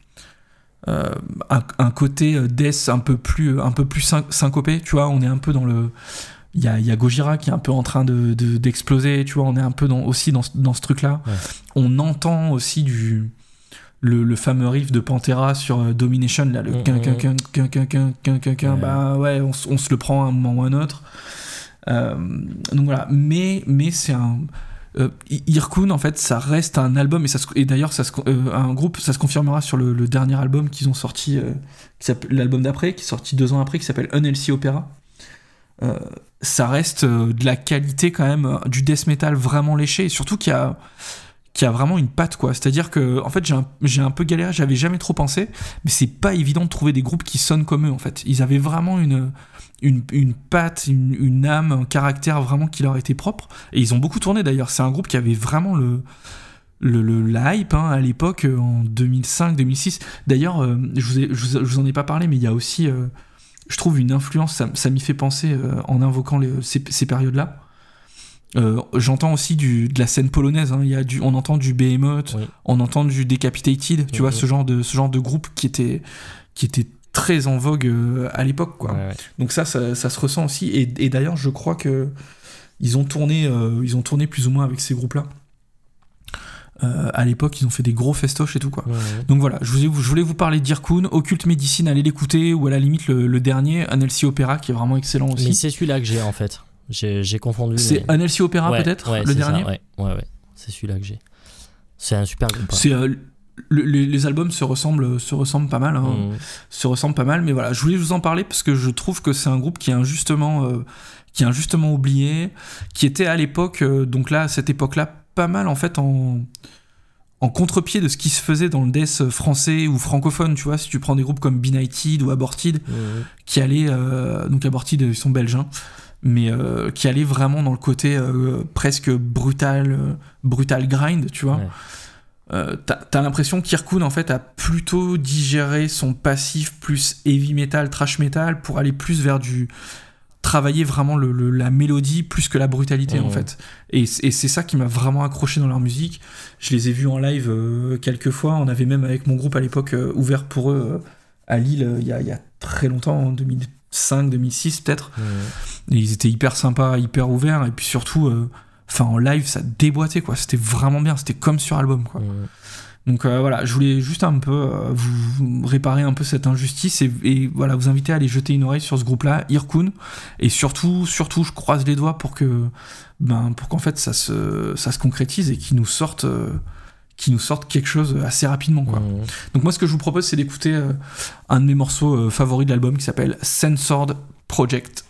un côté death un peu plus syncopé, tu vois. On est un peu dans il y a Gojira qui est un peu en train d'exploser, tu vois. On est un peu aussi dans ce truc là. On entend aussi le fameux riff de Pantera sur Domination là, le bah ouais, on se le prend à un moment ou à un autre. Donc voilà, mais c'est un Irkun en fait ça reste un album, et d'ailleurs un groupe, ça se confirmera sur le dernier album qu'ils ont sorti, l'album d'après qui est sorti 2 ans après, qui s'appelle Unhealthy Opera. Ça reste de la qualité quand même, du death metal vraiment léché, et surtout qui a vraiment une patte quoi. C'est-à-dire que en fait j'ai un peu galéré, j'avais jamais trop pensé, mais c'est pas évident de trouver des groupes qui sonnent comme eux en fait. Ils avaient vraiment une patte, une âme, un caractère vraiment qui leur était propre, et ils ont beaucoup tourné d'ailleurs. C'est un groupe qui avait vraiment la hype hein, à l'époque, en 2005-2006. D'ailleurs je vous en ai pas parlé, mais il y a aussi je trouve une influence, ça m'y fait penser en invoquant ces périodes là. J'entends aussi de la scène polonaise, hein. On entend du Behemoth, oui. On entend du Decapitated, tu vois, ce genre de groupe qui était très en vogue à l'époque, quoi. Ouais. Donc ça se ressent aussi, et d'ailleurs je crois que ils ont tourné plus ou moins avec ces groupes là. À l'époque, ils ont fait des gros festoches et tout quoi. Ouais. Donc voilà, je voulais vous parler d'Irkun, Occult Medicine, allez l'écouter, ou à la limite le dernier, Unhealthy Opera, qui est vraiment excellent aussi. Mais c'est celui-là que j'ai en fait. J'ai confondu. C'est Unhealthy Opera peut-être, le dernier. Ça, ouais, c'est celui-là que j'ai. C'est un super groupe. C'est les albums se ressemblent pas mal, hein. Se ressemblent pas mal, mais voilà, je voulais vous en parler parce que je trouve que c'est un groupe qui est injustement oublié, qui était à l'époque, donc là à cette époque-là, pas mal en fait en contre-pied de ce qui se faisait dans le death français ou francophone, tu vois. Si tu prends des groupes comme Benighted ou Aborted, qui allaient, donc Aborted ils sont belges, hein, mais qui allaient vraiment dans le côté presque brutal grind, tu vois. Ouais. T'as l'impression qu'Irkun en fait a plutôt digéré son passif plus heavy metal, thrash metal, pour aller plus vers travailler vraiment la mélodie plus que la brutalité en fait, et c'est ça qui m'a vraiment accroché dans leur musique. Je les ai vus en live quelques fois, on avait même avec mon groupe à l'époque ouvert pour eux à Lille il y a très longtemps, en 2005-2006 peut-être, et ils étaient hyper sympas, hyper ouverts, et puis surtout en live ça déboîtait quoi, c'était vraiment bien, c'était comme sur album quoi. Donc voilà, je voulais juste un peu vous réparer un peu cette injustice, et voilà, vous inviter à aller jeter une oreille sur ce groupe-là, Irkun, et surtout, je croise les doigts pour qu'en fait ça se concrétise et qu'ils nous sortent quelque chose assez rapidement, quoi. Donc moi, ce que je vous propose, c'est d'écouter un de mes morceaux favoris de l'album qui s'appelle Censored Project.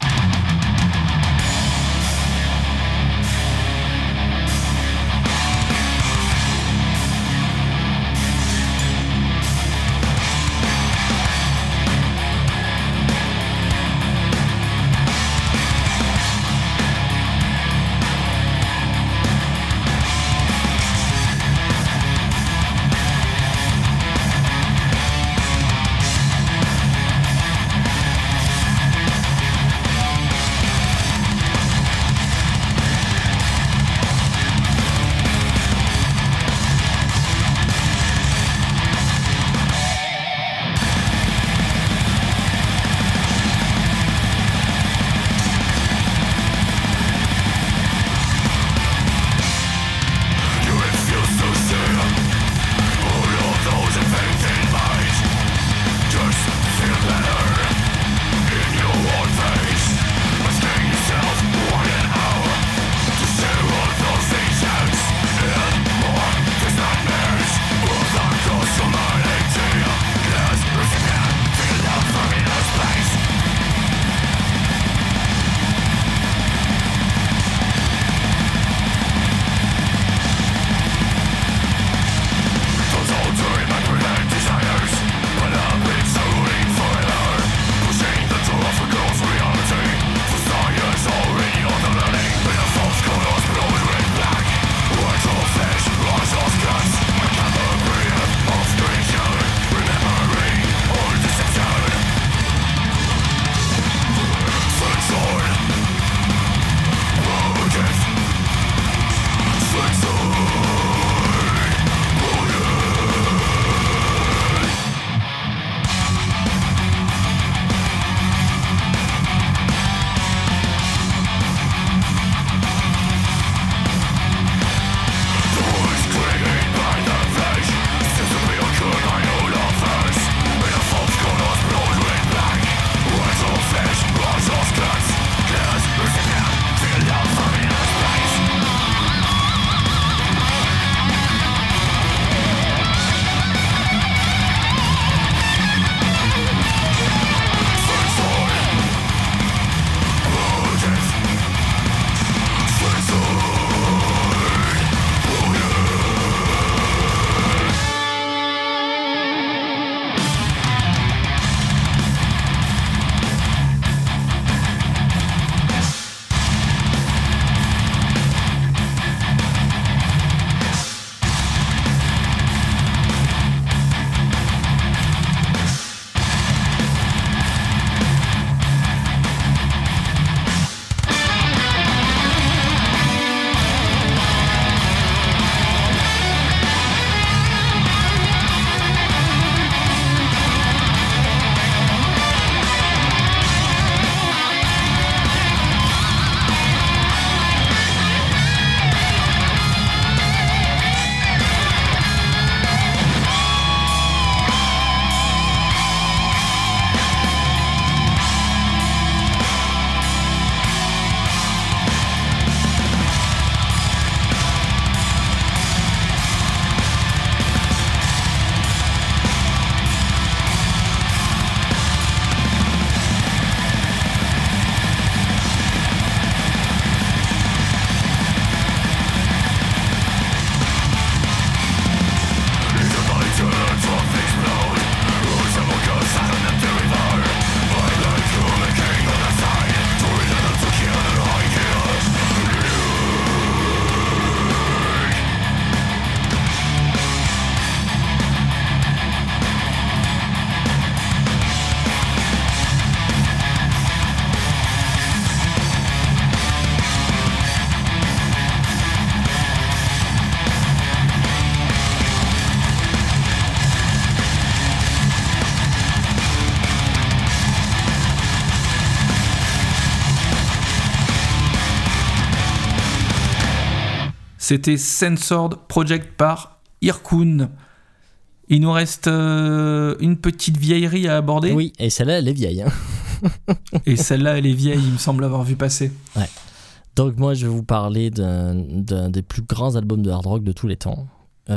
C'était Censored Project par Irkun. Il nous reste une petite vieillerie à aborder. Oui, et celle-là, elle est vieille. Hein. Et celle-là, elle est vieille, il me semble avoir vu passer. Ouais. Donc moi, je vais vous parler d'un des plus grands albums de hard rock de tous les temps,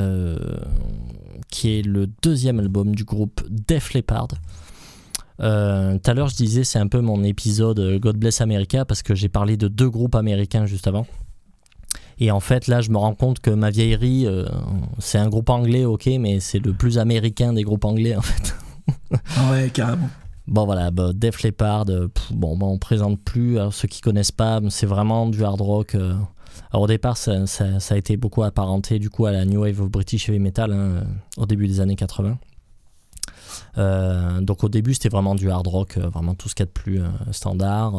qui est le deuxième album du groupe Def Leppard. Tout à l'heure, je disais, c'est un peu mon épisode God Bless America, parce que j'ai parlé de 2 groupes américains juste avant. Et en fait, là, je me rends compte que ma vieillerie, c'est un groupe anglais, ok, mais c'est le plus américain des groupes anglais, en fait. Ouais, carrément. Bon, voilà, Def Leppard, on présente plus. Alors, ceux qui connaissent pas, c'est vraiment du hard rock. Alors, au départ, ça a été beaucoup apparenté, du coup, à la New Wave of British Heavy Metal, hein, au début des années 80. Donc, au début, c'était vraiment du hard rock, vraiment tout ce qu'il y a de plus standard.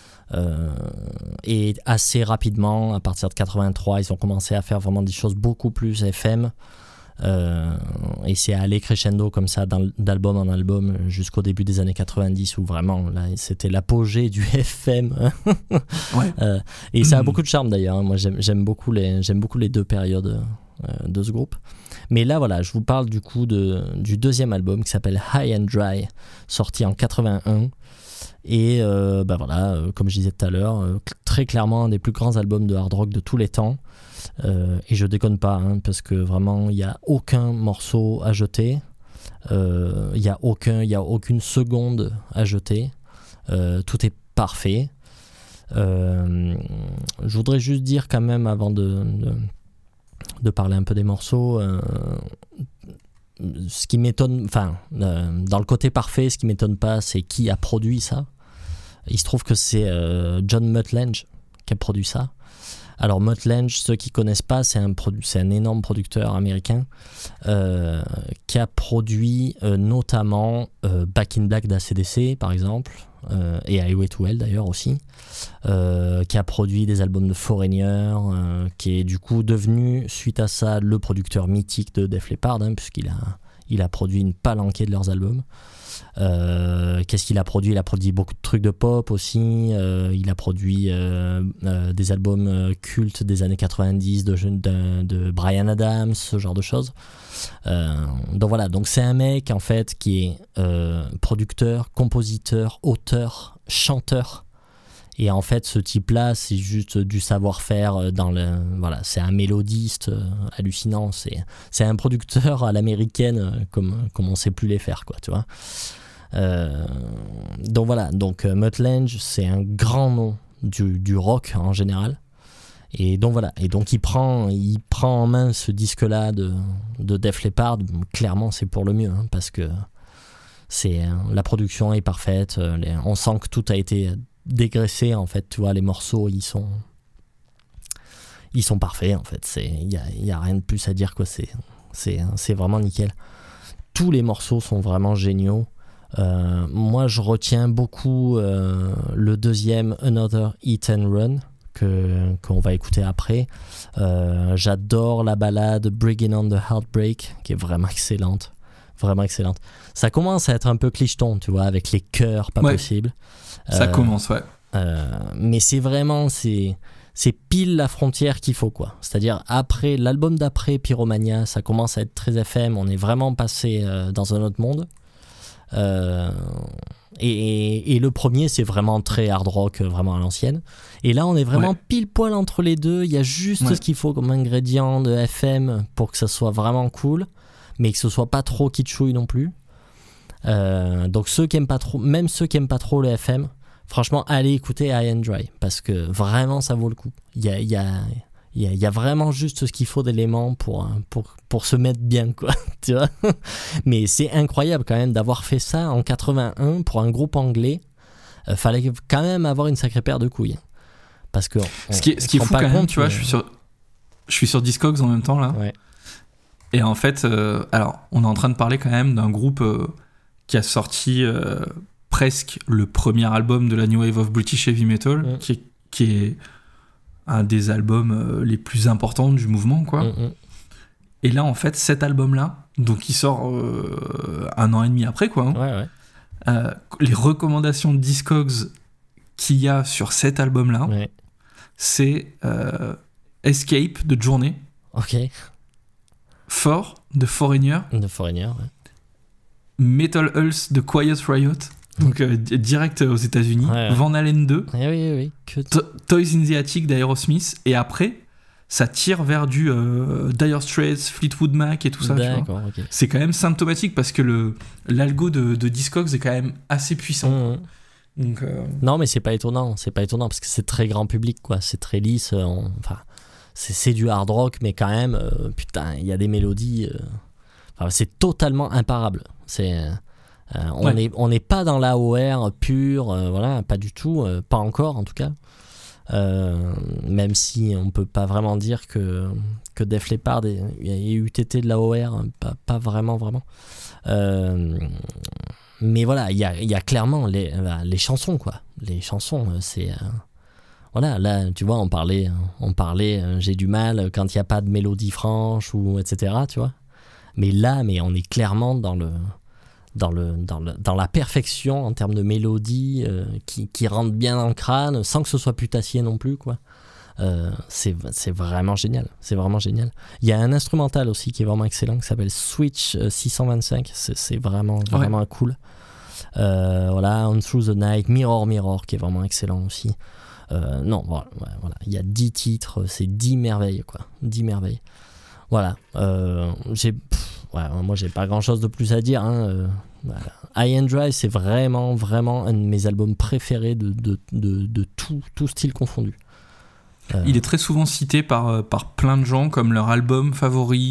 Et assez rapidement, à partir de 83, ils ont commencé à faire vraiment des choses beaucoup plus FM, et c'est allé crescendo comme ça d'album en album jusqu'au début des années 90 où vraiment là, c'était l'apogée du FM. Ouais. Et ça a beaucoup de charme d'ailleurs, hein. Moi j'aime beaucoup les 2 périodes de ce groupe. Mais là voilà, je vous parle du coup du deuxième album qui s'appelle High and Dry, sorti en 81. Et voilà, comme je disais tout à l'heure, très clairement un des plus grands albums de hard rock de tous les temps. Et je déconne pas, hein, parce que vraiment, il n'y a aucun morceau à jeter. Il n'y a aucune seconde à jeter. Tout est parfait. Je voudrais juste dire quand même, avant de parler un peu des morceaux, ce qui m'étonne, dans le côté parfait, ce qui m'étonne pas, c'est qui a produit ça. Il se trouve que c'est John Mutt Lange qui a produit ça. Alors Mutt Lange, ceux qui connaissent pas, c'est un énorme producteur américain qui a produit notamment Back in Black d'ACDC par exemple, et Highway to Hell d'ailleurs aussi, qui a produit des albums de Foreigner, qui est du coup devenu suite à ça le producteur mythique de Def Leppard, hein, puisqu'il a produit une palanquée de leurs albums. Qu'est-ce qu'il a produit ? Il a produit beaucoup de trucs de pop aussi. Il a produit des albums cultes des années 90 de Bryan Adams, ce genre de choses. Donc voilà, donc c'est un mec en fait qui est producteur, compositeur, auteur, chanteur. Et en fait, ce type-là, c'est juste du savoir-faire voilà, c'est un mélodiste hallucinant. C'est un producteur à l'américaine comme on sait plus les faire, quoi, tu vois. Donc voilà, Mutt Lange, c'est un grand nom du rock en général. Et donc voilà, et donc il prend en main ce disque-là de Def Leppard. Clairement, c'est pour le mieux, hein, parce que la production est parfaite. On sent que tout a été dégraissé, en fait, tu vois, les morceaux ils sont parfaits, en fait, il y a rien de plus à dire, quoi. C'est vraiment nickel. Tous les morceaux sont vraiment géniaux. Moi je retiens beaucoup le deuxième, Another Hit and Run, qu'on va écouter après. J'adore la ballade Bringing on the Heartbreak, qui est vraiment excellente. Ça commence à être un peu clicheton, tu vois, avec les chœurs pas possibles. Ça commence, ouais. Mais c'est vraiment, c'est pile la frontière qu'il faut, quoi. C'est-à-dire, après l'album d'après, Pyromania, ça commence à être très FM. On est vraiment passé dans un autre monde. Et le premier, c'est vraiment très hard rock, vraiment à l'ancienne. Et là, on est vraiment pile poil entre les deux. Il y a juste ce qu'il faut comme ingrédient de FM pour que ça soit vraiment cool, mais que ce soit pas trop kitschouille non plus. Donc ceux qui aiment pas trop, même ceux qui aiment pas trop le FM, franchement, allez écouter High and Dry, parce que vraiment ça vaut le coup. Il y a vraiment juste ce qu'il faut d'éléments pour se mettre bien, quoi, tu vois. Mais c'est incroyable quand même d'avoir fait ça en 81 pour un groupe anglais. Fallait quand même avoir une sacrée paire de couilles, parce que ce qui est fou quand même, tu vois, je suis sur Discogs en même temps là. Ouais. Et en fait, alors on est en train de parler quand même d'un groupe qui a sorti presque le premier album de la New Wave of British Heavy Metal, qui est un des albums les plus importants du mouvement, quoi. Et là, en fait, cet album-là, donc il sort 1 an et demi après, quoi. Hein, les recommandations de Discogs qu'il y a sur cet album-là, c'est Escape de Journey, Ok. For de Foreigner, The Foreigner, ouais. Metal Hulse de Quiet Riot, donc direct aux États-Unis, Ouais. Van Halen 2, Oui. Que Toys in the Attic d'Aerosmith, et après ça tire vers du Dire Straits, Fleetwood Mac et tout ça. Tu vois. D'accord, ok. C'est quand même symptomatique parce que l'algo de Discogs est quand même assez puissant. Mhm. Donc, Non, mais c'est pas étonnant parce que c'est très grand public, quoi. C'est très lisse. Enfin, c'est du hard rock, mais quand même, putain, il y a des mélodies. Enfin, c'est totalement imparable. On n'est pas dans l'AOR pur, voilà, pas du tout, pas encore en tout cas. Même si on peut pas vraiment dire que Def Leppard ait eu été de l'AOR, pas vraiment. Mais voilà, il y a clairement les chansons, quoi. Les chansons, c'est voilà, là, tu vois, on parlait j'ai du mal quand il n'y a pas de mélodie franche ou etc. Tu vois. Mais là, on est clairement dans la perfection en termes de mélodie qui rentre bien dans le crâne sans que ce soit putassier non plus, quoi. C'est vraiment génial. C'est vraiment génial. Il y a un instrumental aussi qui est vraiment excellent qui s'appelle Switch 625. C'est vraiment cool. Voilà, On Through the Night, Mirror qui est vraiment excellent aussi. Non, voilà. Il y a 10 titres, c'est 10 merveilles, quoi. 10 merveilles. Voilà. Moi, j'ai pas grand chose de plus à dire. Voilà. High and Dry, c'est vraiment un de mes albums préférés de tout style confondu. Il est très souvent cité par plein de gens comme leur album favori,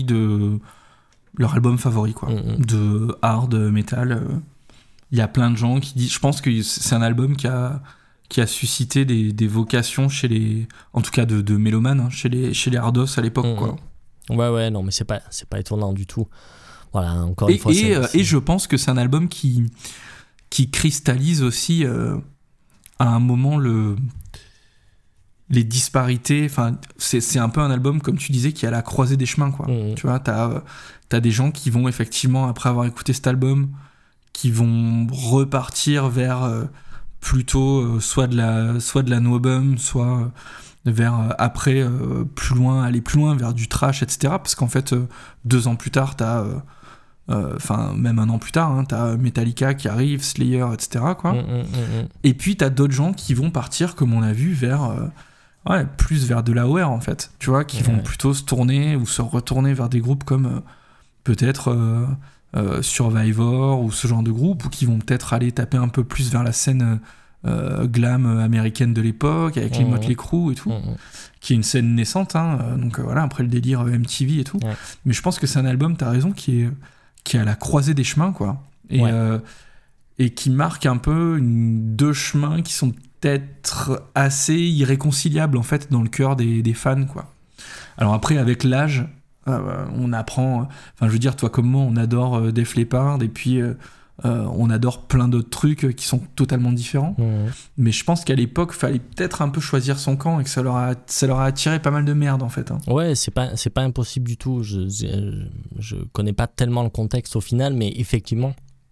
quoi, de hard metal. Il y a plein de gens qui disent. Je pense que c'est un album qui a suscité des vocations chez les, en tout cas de mélomanes, hein, chez les hardos à l'époque, quoi. Ouais, non, mais c'est pas étonnant du tout. Voilà, encore une fois. Et je pense que c'est un album qui cristallise aussi à un moment les disparités. Enfin, c'est un peu un album, comme tu disais, qui est à la croisée des chemins, quoi. Tu vois, t'as des gens qui vont effectivement, après avoir écouté cet album, qui vont repartir vers plutôt soit de la no-bum, soit vers après aller plus loin vers du trash, etc. Parce qu'en fait 2 ans plus tard enfin même 1 an plus tard, hein, t'as Metallica qui arrive, Slayer, etc. quoi. Et puis t'as d'autres gens qui vont partir, comme on a vu, vers plus vers de l'AOR, en fait, tu vois, qui vont plutôt se tourner ou se retourner vers des groupes comme peut-être Survivor ou ce genre de groupe, ou qui vont peut-être aller taper un peu plus vers la scène glam américaine de l'époque, avec les Motley Crue et tout, qui est une scène naissante, hein, donc voilà, après le délire MTV et tout. Mais je pense que c'est un album, t'as raison, qui est à la croisée des chemins, quoi, et qui marque un peu 2 chemins qui sont peut-être assez irréconciliables, en fait, dans le cœur des fans, quoi. Alors après, avec l'âge, on apprend, enfin je veux dire, toi comme moi, on adore Def Leppard, et puis on adore plein d'autres trucs qui sont totalement différents. Mais je pense qu'à l'époque, fallait peut-être un peu choisir son camp, et que ça leur a attiré pas mal de merde, en fait, hein. Ouais, c'est pas impossible du tout. Je connais pas tellement le contexte au final, mais effectivement,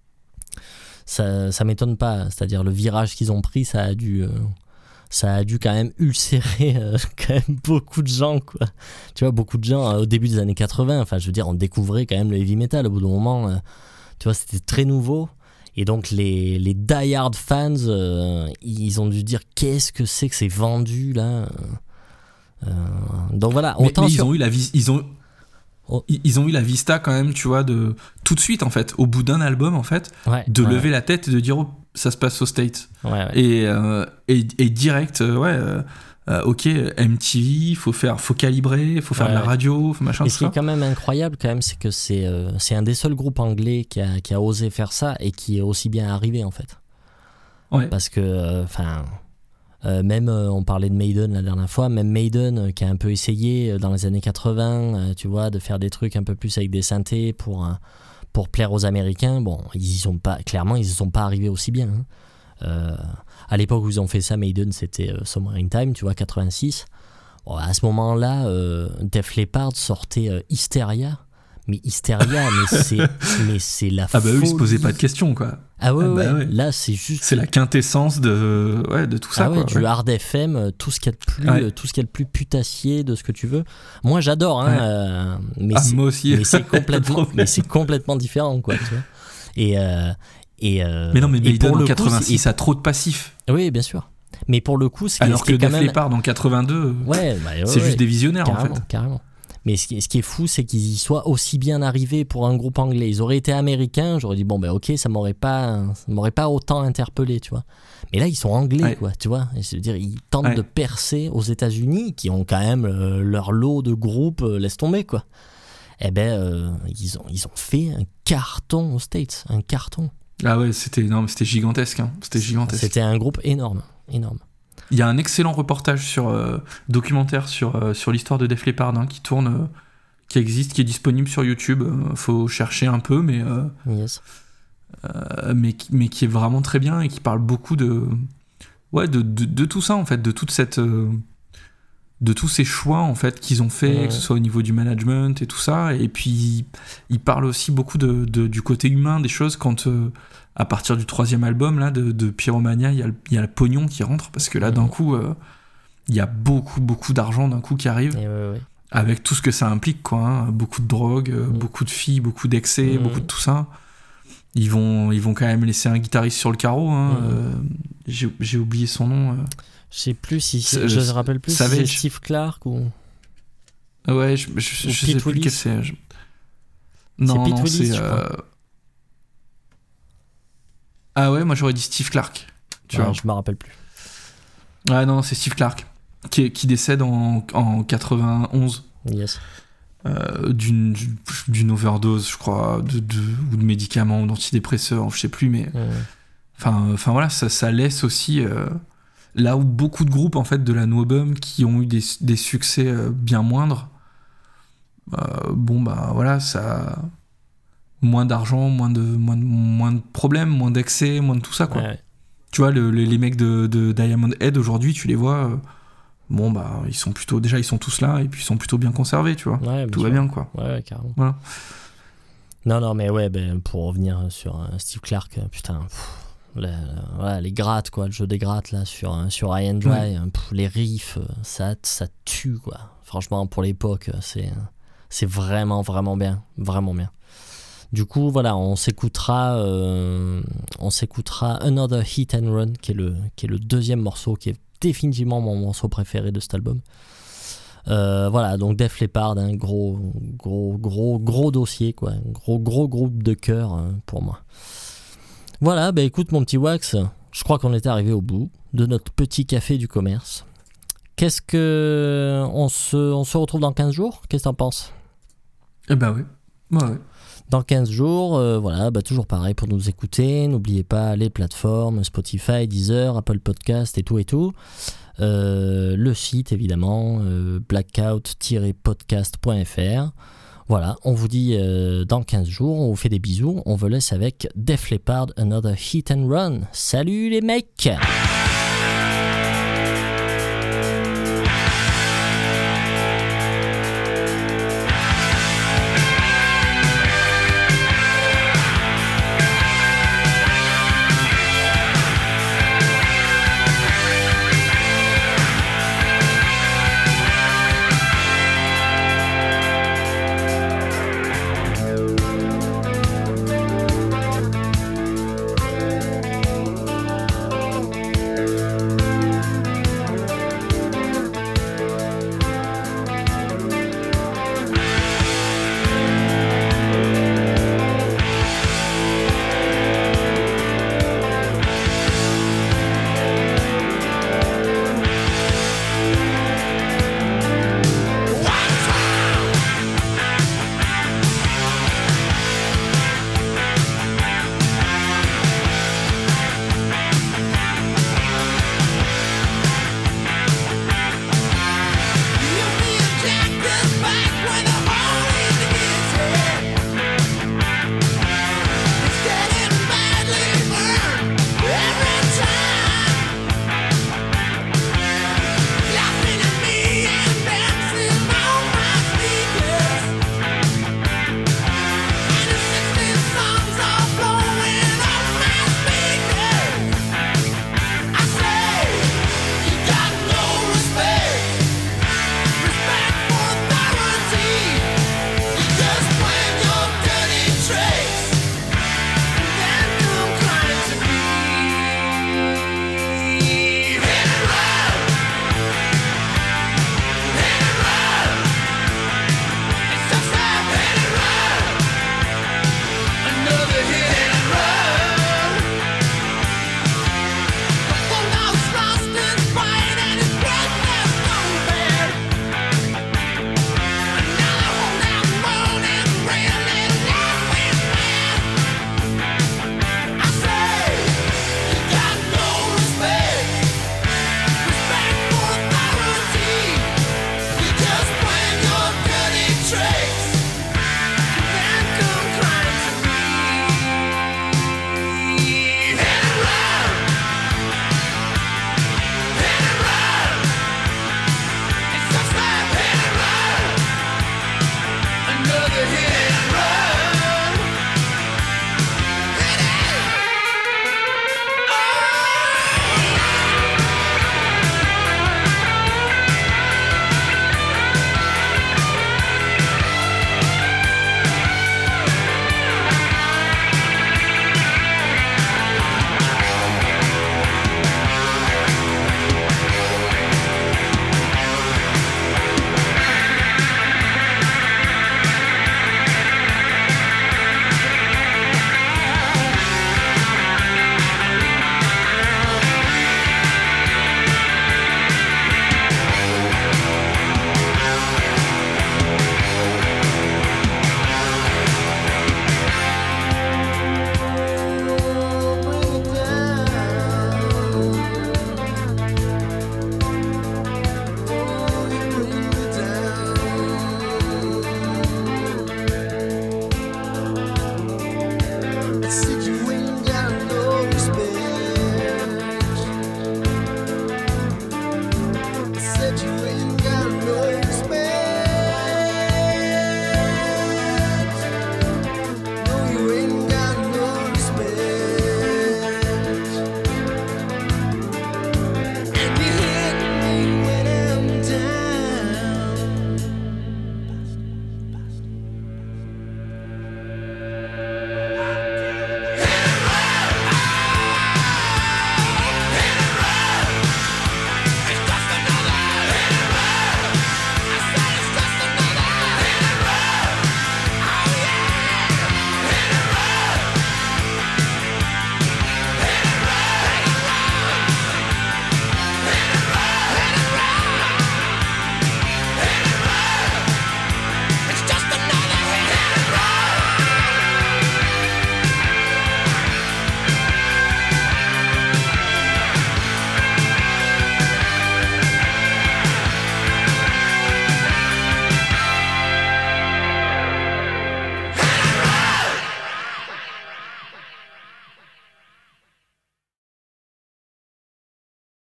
ça m'étonne pas. C'est-à-dire, le virage qu'ils ont pris, ça a dû quand même ulcérer quand même beaucoup de gens, quoi. Tu vois, beaucoup de gens au début des années 80, enfin je veux dire, on découvrait quand même le heavy metal au bout d'un moment. Tu vois, c'était très nouveau. Et donc les die-hard fans, ils ont dû dire qu'est-ce que c'est vendu là. Donc voilà, mais ils ont eu la vista quand même, tu vois, de tout de suite, en fait, au bout d'un album, en fait, lever la tête et de dire ça se passe aux States. Et direct, ok, MTV, faut calibrer, faut faire de la radio, faut machin. Et ce qui est quand même incroyable, quand même, c'est que c'est un des seuls groupes anglais qui a osé faire ça et qui est aussi bien arrivé, en fait. Parce que, même, on parlait de Maiden la dernière fois, même Maiden qui a un peu essayé dans les années 80, tu vois, de faire des trucs un peu plus avec des synthés pour plaire aux Américains. Bon, ils y sont pas arrivés aussi bien, hein. À l'époque où ils ont fait ça, Maiden, c'était Somewhere in Time, tu vois, 86. Bon, à ce moment-là, Def Leppard sortait Hysteria, Mais Hysteria, mais c'est la Ah bah eux, folie. ils se posaient pas de questions, quoi. Ah ouais, Ah bah ouais. ouais. Là, c'est juste. C'est la quintessence de tout ça, Ah ouais, quoi. du Ouais. hard FM, tout ce qu'il y a de plus, Ouais. tout ce qu'il y a de plus putassier de ce que tu veux. Moi, j'adore, hein, Ouais. mais Ah, c'est, moi aussi. mais c'est Pas de complètement, problème. mais c'est complètement différent, quoi. Tu vois. Et Mais non, mais et pour Maiden en le coup, 86 a trop de passifs. oui, bien sûr. Mais pour le coup, Alors ce que qui est quand Def même, Leppard en 82, ouais, c'est juste des visionnaires, en carrément, fait. carrément. Mais ce qui est fou, c'est qu'ils y soient aussi bien arrivés pour un groupe anglais. Ils auraient été américains, j'aurais dit bon ben ok, ça m'aurait pas autant interpellé, tu vois. Mais là, ils sont anglais, Ouais. quoi, tu vois. Et c'est-à-dire, ils tentent Ouais. de percer aux États-Unis, qui ont quand même leur lot de groupes, laisse tomber, quoi. Eh ben, ils ont fait un carton aux States, un carton. Ah ouais, c'était gigantesque. Hein. C'était gigantesque. C'était un groupe énorme, énorme. Il y a un excellent reportage documentaire sur l'histoire de Def Leppard qui tourne, qui existe, qui est disponible sur YouTube. Faut chercher un peu, Yes. mais qui est vraiment très bien et qui parle beaucoup de tout ça, en fait, de toute cette de tous ces choix, en fait, qu'ils ont fait, Ouais. que ce soit au niveau du management et tout ça. Et puis il parle aussi beaucoup du côté humain des choses quand à partir du 3e album là de Pyromania, il y a le pognon qui rentre, parce que là d'un coup il y a beaucoup d'argent d'un coup qui arrive, Et ouais. avec tout ce que ça implique, quoi, hein. Beaucoup de drogue, beaucoup de filles, beaucoup d'excès, beaucoup de tout ça. Ils vont quand même laisser un guitariste sur le carreau, hein. J'ai oublié son nom. Je sais plus si C'est- je me rappelle plus si c'est Savage. Steve Clark ou Ouais, je Ou sais Pete plus Willis. lequel c'est. Pete Non, Willis, c'est. je crois. Ah ouais, moi j'aurais dit Steve Clark. Tu Ouais, vois. je me rappelle plus. Ah non, c'est Steve Clark qui décède en 91 Yes. d'une overdose, je crois, ou de médicaments ou d'antidépresseurs, je sais plus, mais enfin voilà, ça laisse aussi là où beaucoup de groupes, en fait, de la No Bum qui ont eu des succès bien moindres. Bon bah voilà, ça moins d'argent, moins de problèmes, moins d'excès, moins de tout ça, quoi. Ouais. Tu vois, les mecs de Diamond Head aujourd'hui, tu les vois, bon bah ils sont tous là et puis ils sont plutôt bien conservés, tu vois. Ouais, Tout va bien, quoi. Ouais, carrément. Voilà. Non, mais ouais, ben, pour revenir sur Steve Clark, putain, voilà, les grattes, quoi, le jeu des grattes là sur High and Dry, les riffs, ça tue, quoi. Franchement, pour l'époque, c'est vraiment bien, vraiment bien. Du coup, voilà, on s'écoutera Another Hit and Run, qui est le deuxième morceau, qui est définitivement mon morceau préféré de cet album. Voilà, donc Def Leppard, un gros dossier, quoi, un gros groupe de cœur pour moi. Voilà, bah écoute mon petit Wax, je crois qu'on est arrivé au bout de notre petit café du commerce. Qu'est-ce que on se retrouve dans 15 jours? Qu'est-ce que t'en penses? Eh ben oui. Ouais. Dans 15 jours, voilà, bah toujours pareil pour nous écouter. N'oubliez pas les plateformes Spotify, Deezer, Apple Podcast et tout. Le site évidemment, blackout-podcast.fr. Voilà, on vous dit dans 15 jours, on vous fait des bisous. On vous laisse avec Def Leppard, Another Hit and Run. Salut les mecs!